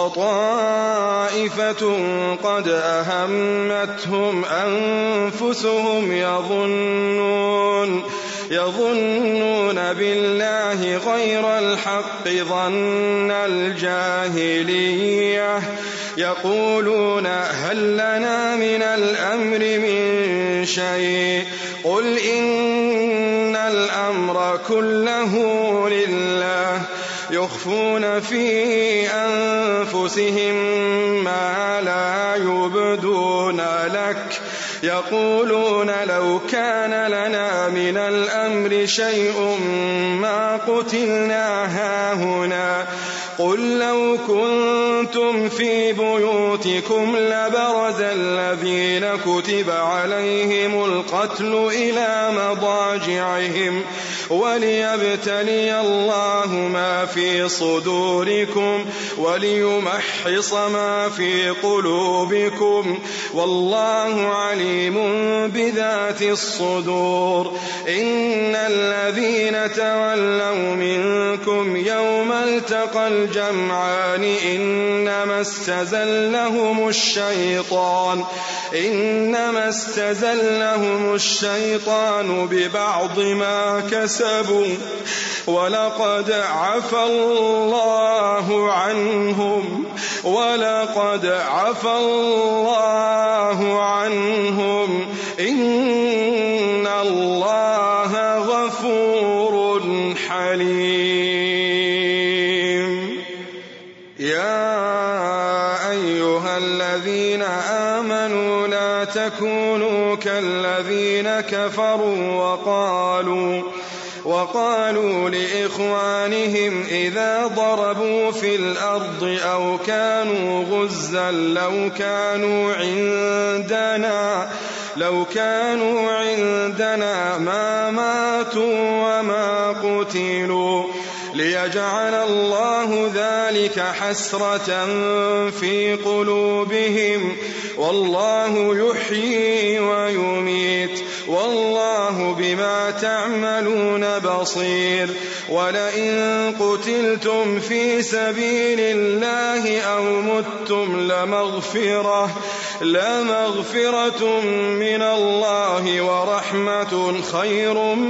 وطائفة قد أهمتهم أنفسهم يظنون يظنون بالله غير الحق ظن الجاهلية يقولون هل لنا من الأمر من شيء قل إن الأمر كله لله يخفون في أنفسهم ما لا يبدون لك يقولون لو كان لنا من الأمر شيء ما قتلنا هاهنا قل لو كنتم في بيوتكم لبرز الذين كتب عليهم القتل إلى مضاجعهم وليبتلي الله ما في صدوركم وليمحص ما في قلوبكم والله عليم بذات الصدور. إن الذين تولوا منكم يوم التقى الجمعان إنما استزلهم الشيطان إنما استزلهم الشيطان ببعض ما كسبوا ولقد عفى الله عنهم ولقد عفى الله عنهم إن الله غفور حليم. يا كفروا وقالوا وقالوا لإخوانهم إذا ضربوا في الأرض أو كانوا غزا لو كانوا عندنا لو كانوا عندنا ما ماتوا وما قتلوا ليجعل الله ذلك حسرة في قلوبهم والله يحيي ويميت والله بما تعملون بصير. ولئن قتلتم في سبيل الله أو متم لمغفرة لمغفرة من الله ورحمة خير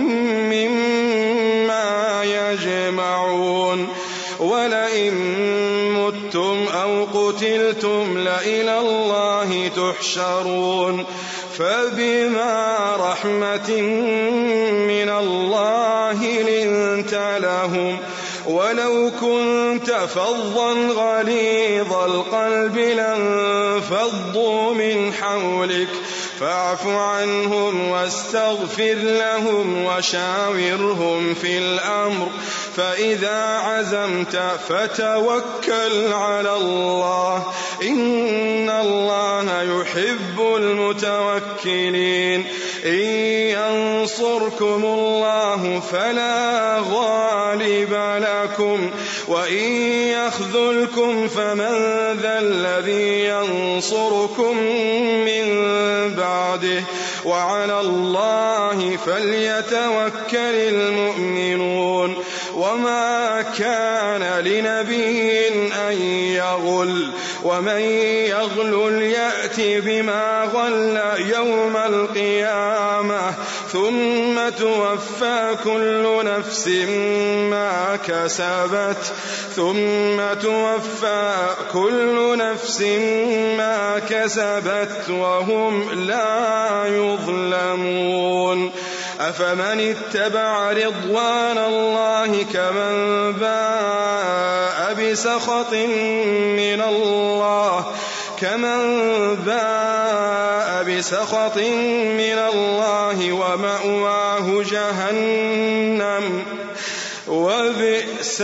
مما يجمعون. ولئن متم أو قتلتم لإلى الله تحشرون. فبما رحمة من الله لنت لهم ولو كنت فظا غليظ القلب لانفضوا من حولك فاعف عنهم واستغفر لهم وشاورهم في الأمر فإذا عزمت فتوكل على الله إن الله يحب المتوكلين. إن ينصركم الله فلا غالب لكم وإن يخذلكم فمن ذا الذي ينصركم من بعده وعلى الله فليتوكل المؤمنون. وما كان لنبي أن يغل ومن يغل يأت بما غل يوم القيامة ثم توفى كل نفس ما كسبت ثم توفى كل نفس ما كسبت وهم لا يظلمون. أفمن اتبع رضوان الله كمن باء بسخط من الله كمن باء بسخط من الله ومأواه جهنم وبئس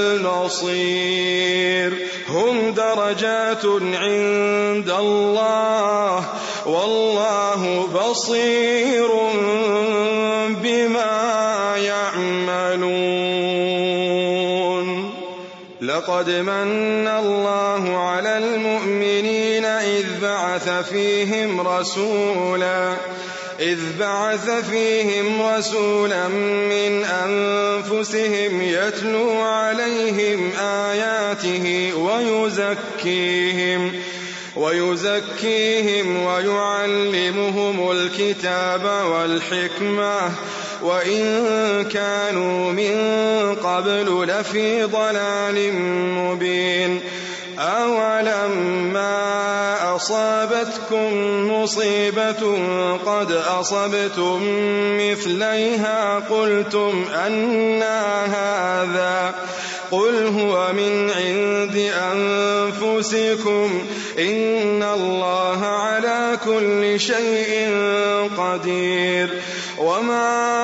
المصير. هم درجات عند الله والله بصير بما يعملون. لقد من الله على المؤمنين إذ بعث فيهم رسولا إذ بعث فيهم رسولا من أنفسهم يتلو عليهم آياته ويزكيهم ويزكيهم ويعلمهم الكتاب والحكمة وإن كانوا من قبل لفي ضلال مبين. أولما أصابتكم مصيبة قد أصبتم مثليها قلتم أنى هذا قل هو من عند أنفسكم إن الله على كل شيء قدير. وما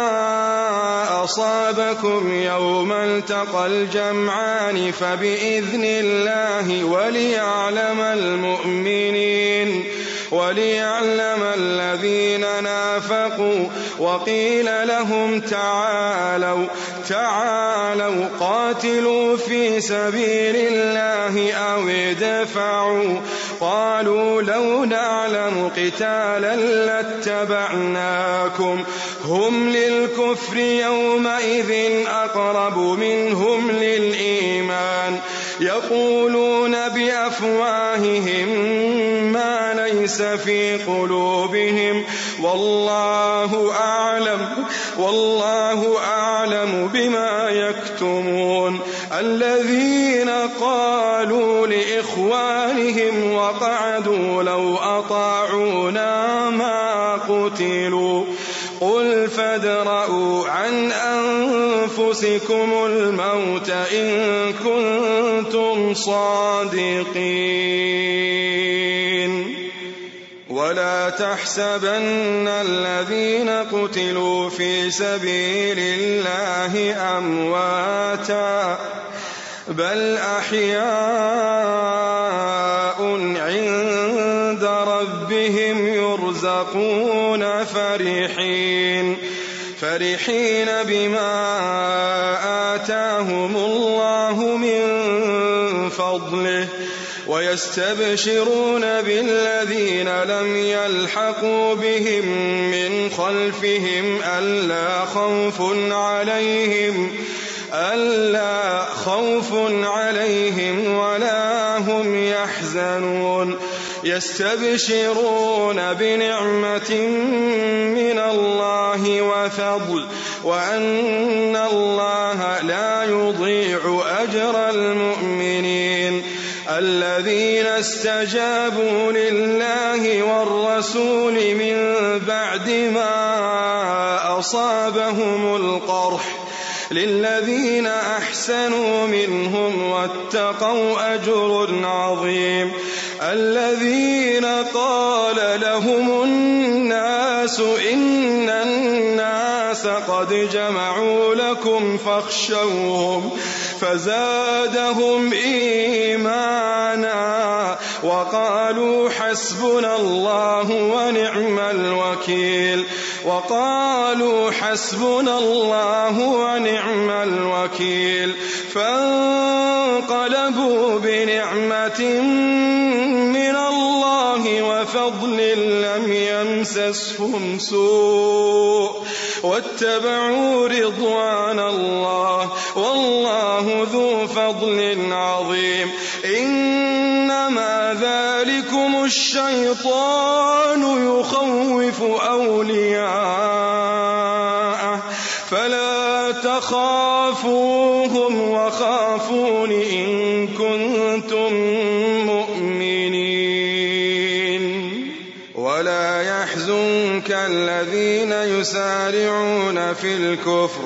أصابكم يوم التقى الجمعان فبإذن الله وليعلم المؤمنين وليعلم الذين نافقوا. وقيل لهم تعالوا تعالوا قاتلوا في سبيل الله أو ادفعوا قالوا لو نعلم قتالا لاتبعناكم هم للكفر يومئذ أقرب منهم للإيمان يقولون بأفواههم ما ليس في قلوبهم والله أعلم والله أعلم بما يكتمون. الذين قالوا لإخوانهم وقعدوا لو أطاعونا ما قتلوا قل فادرءوا عن أنفسكم الموت إن كنتم صادقين. ولا تحسبن الذين قتلوا في سبيل الله أمواتا بل أحياء عند ربهم يرزقون فرحين فرحين بما آتاهم الله من فضله ويستبشرون بالذين لم يلحقوا بهم من خلفهم ألا خوف عليهم ألا خوف عليهم ولا هم يحزنون يستبشرون بنعمة من الله وفضل وأن الله لا يضيع أجر المؤمنين الذين استجابوا لله والرسول من بعد ما أصابهم القرح للذين أحسنوا منهم واتقوا أجر عظيم الذين قال لهم الناس إن الناس قد جمعوا لكم فاخشوهم فزادهم إيمانا وقالوا حسبنا الله ونعم الوكيل وقالوا حسبنا الله ونعم الوكيل فانقلبوا بنعمة من الله وفضل لم يمسسهم سوء واتبعوا رضوان الله والله ذو فضل عظيم إنما ذلكم الشيطان يخوف أولياءه فلا تخافوهم وخافون إن كنتم مؤمنين ولا يحزنك الذين يسارعون في الكفر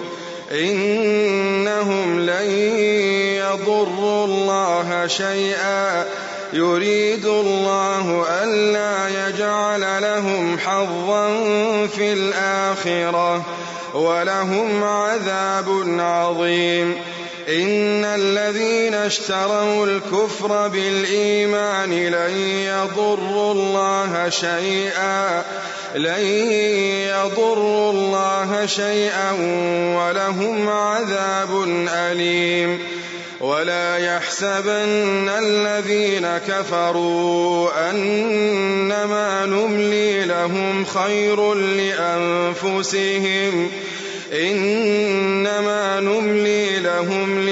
إنهم لن يضروا الله شيئا يريد الله ألا يجعل لهم حظا في الآخرة ولهم عذاب عظيم إن الذين اشتروا الكفر بالإيمان لن يضروا الله شيئا لن يضروا الله شيئا ولهم عذاب أليم ولا يحسبن الذين كفروا أنما نملي لهم خير لأنفسهم إنما نملي لهم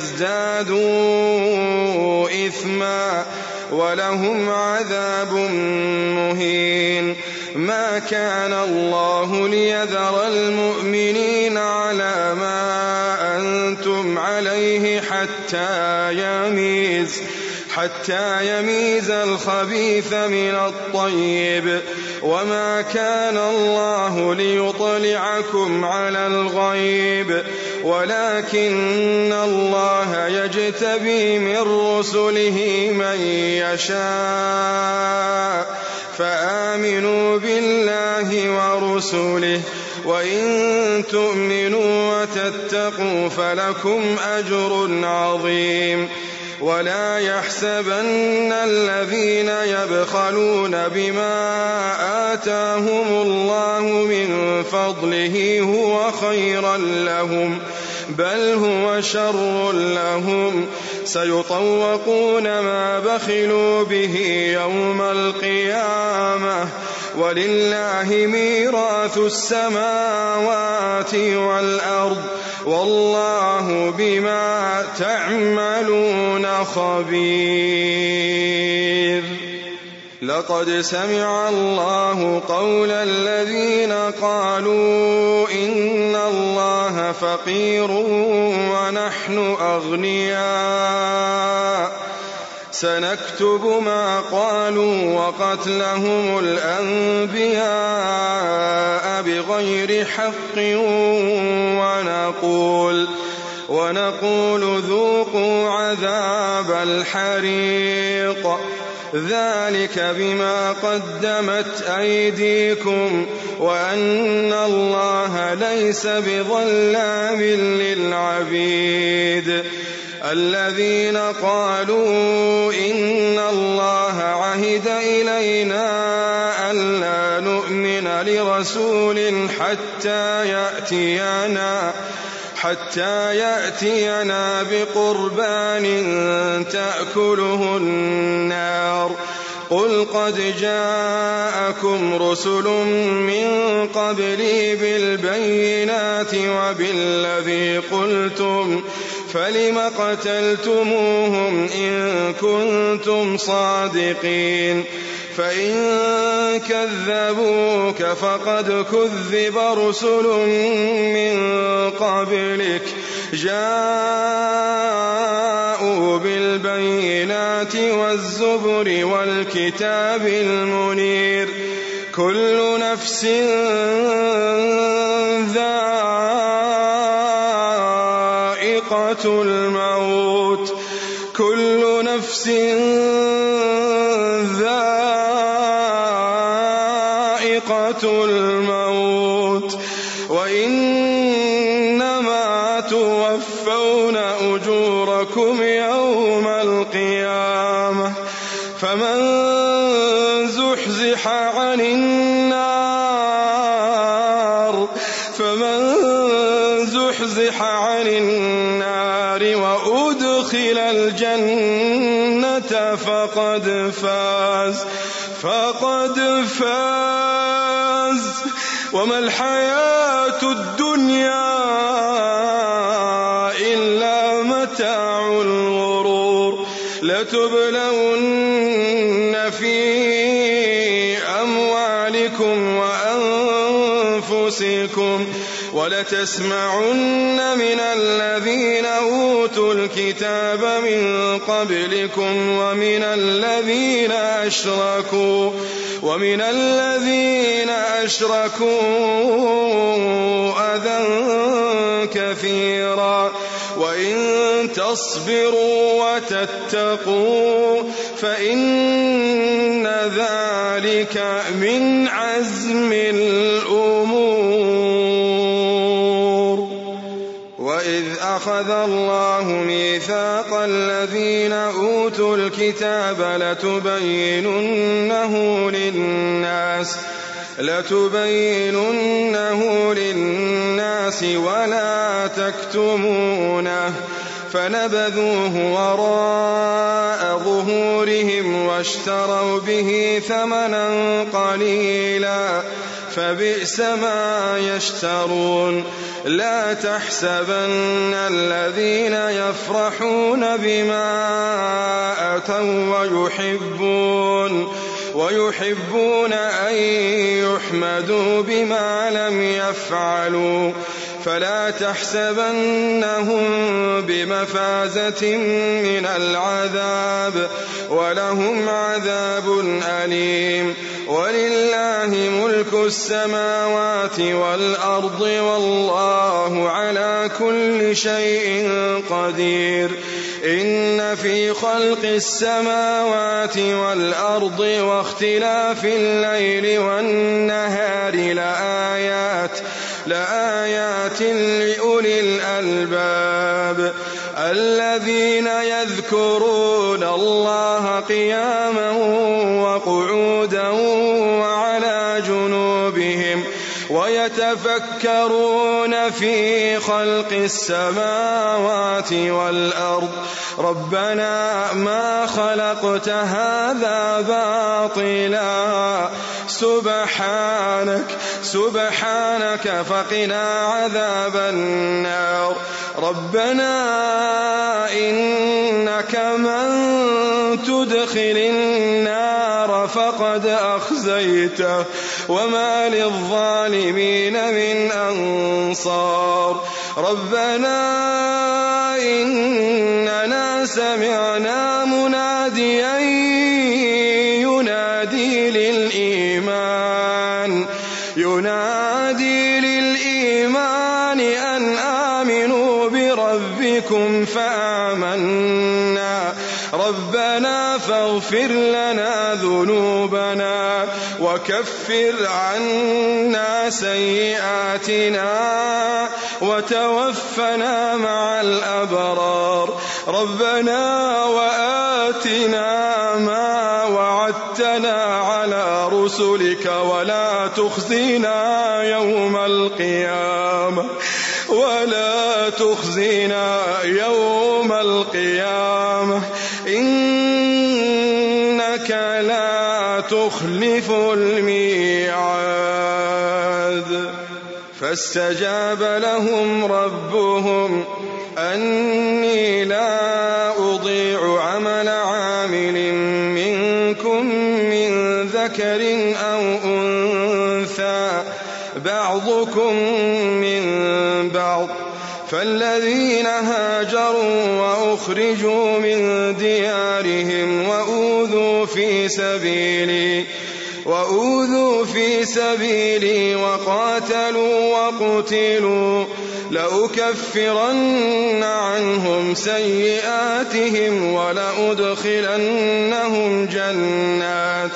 ليزدادوا إثما ولهم عذاب مهين ما كان الله ليذر المؤمنين على ما أنتم عليه حتى يميز حتى يميز الخبيث من الطيب وما كان الله ليطلعكم على الغيب ولكن الله يجتبي من رسله من يشاء فآمنوا بالله ورسله وإن تؤمنوا وتتقوا فلكم أجر عظيم ولا يحسبن الذين يبخلون بما آتاهم الله من فضله هو خيرا لهم بل هو شر لهم سيطوقون ما بخلوا به يوم القيامة ولله ميراث السماوات والأرض والله بما تعملون خبير لقد سمع الله قول الذين قالوا إن الله فقير ونحن أغنياء سنكتب ما قالوا وقتلهم الأنبياء بغير حق ونقول ونقول ذوقوا عذاب الحريق ذلك بما قدمت أيديكم وأن الله ليس بظلام للعبيد. الذين قالوا إن الله عهد إلينا ألا نؤمن لرسول حتى يأتينا حتى يأتينا بقربان تأكله النار قل قد جاءكم رسل من قبلي بالبينات وبالذي قلتم فلم قتلتموهم إن كنتم صادقين فإن كذبوك فقد كذب رسل من قبلك جاءوا بالبينات والزبر والكتاب المنير كل نفس ذائقة الموت كل نفس ذائقة الموت وإنما توفون أجوركم يوم القيامة فمن زحزح عن النار فمن زحزح عن النار وأدخل الجنة فقد فاز فقد فاز وما الحياة الدنيا إلا متاع الغرور لتبلون في أموالكم وأنفسكم ولتسمعن من الذين أوتوا الكتاب من قبلكم ومن الذين أشركوا ومن الذين أشركوا أذى كثيرا وإن تصبروا وتتقوا فإن ذلك من عزم الأمور. وإذ أخذ الله ميثاق الذين أوتوا الكتاب لتبيننه للناس لتبيننه للناس ولا تكتمونه فنبذوه وراء ظهورهم واشتروا به ثمنا قليلا فبئس ما يشترون. لا تحسبن الذين يفرحون بما أتوا ويحبون ويحبون أن يحمدوا بما لم يفعلوا فلا تحسبنهم بمفازة من العذاب ولهم عذاب أليم. ولله ملك السماوات والأرض والله على كل شيء قدير. إن في خلق السماوات والأرض واختلاف الليل والنهار لآيات لآيات لأولي الألباب الذين يذكرون الله قياما وقعودا وعلى جنوبهم ويتفكرون في خلق السماوات والأرض ربنا ما خلقت هذا باطلا سبحانك سبحانك فقنا عذاب النار. ربنا إنك من تدخل النار فقد أخزيته وما للظالمين من أنصار. ربنا إننا سمعنا مناديا ينادي للإيمان ينادي للإيمان أن آمنوا بربكم فآمنا. ربنا فاغفر لنا ذنوبنا وكفر عنا سيئاتنا وتوفنا مع الأبرار ربنا وآتنا ما وعدتنا على رسلك ولا تخزنا يوم القيامة ولا تخزنا يوم القيامة إنك لا تخلف الميعاد. فاستجاب لهم ربهم أني لا أضيع عمل عامل منكم من ذكر أو أنثى بعضكم من بعض فالذين هاجروا وأخرجوا من ديارهم وأوذوا في سبيلي وأوذوا في سبيلي وقاتلوا وقتلوا لأكفرن عنهم سيئاتهم ولأدخلنهم جنات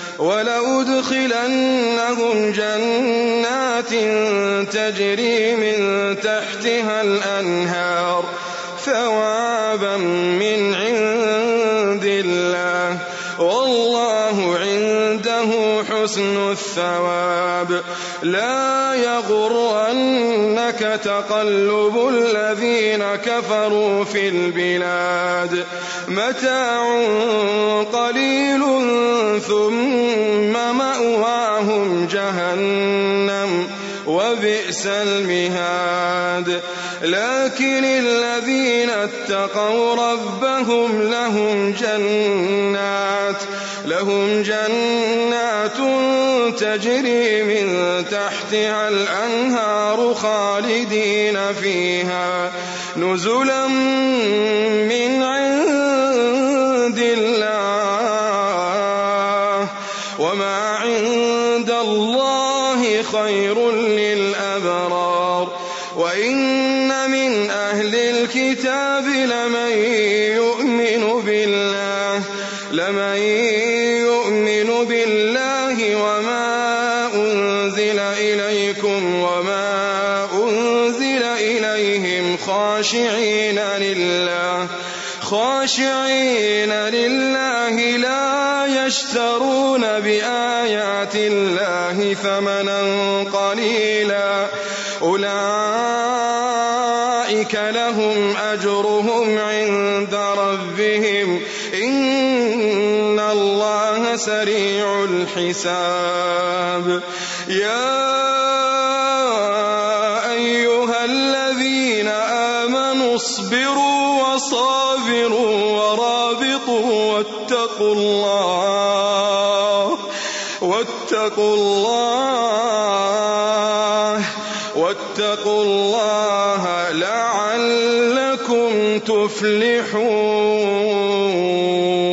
ولأدخلنهم جنات تجري من تحتها الأنهار ثوابا من عند الله والله عنده حسن الثواب. لا يغرنك تقلب الذين كفروا في البلاد متاع قليل ثم مأواهم جهنم وبئس المهاد. لكن الذين اتقوا ربهم لهم جنات لهم جنات تجري من تحتها الأنهار خالدين فيها نزلا من عند الله وما عند الله خير للأبرار. وإن من أهل الكتاب لمن يؤمن بالله لمن يؤمن بالله وما أنزل إليكم وما أنزل إليهم خاشعين لله خاشعين لله لا يشترون بآيات الله ثمنا قليلا أولئك لهم أجرهم عند ربهم إن الله سريع الحساب. يا أيها الذين آمنوا اصبروا وصابروا ورابطوا واتقوا الله واتقوا الله واتقوا الله لعلكم تفلحون.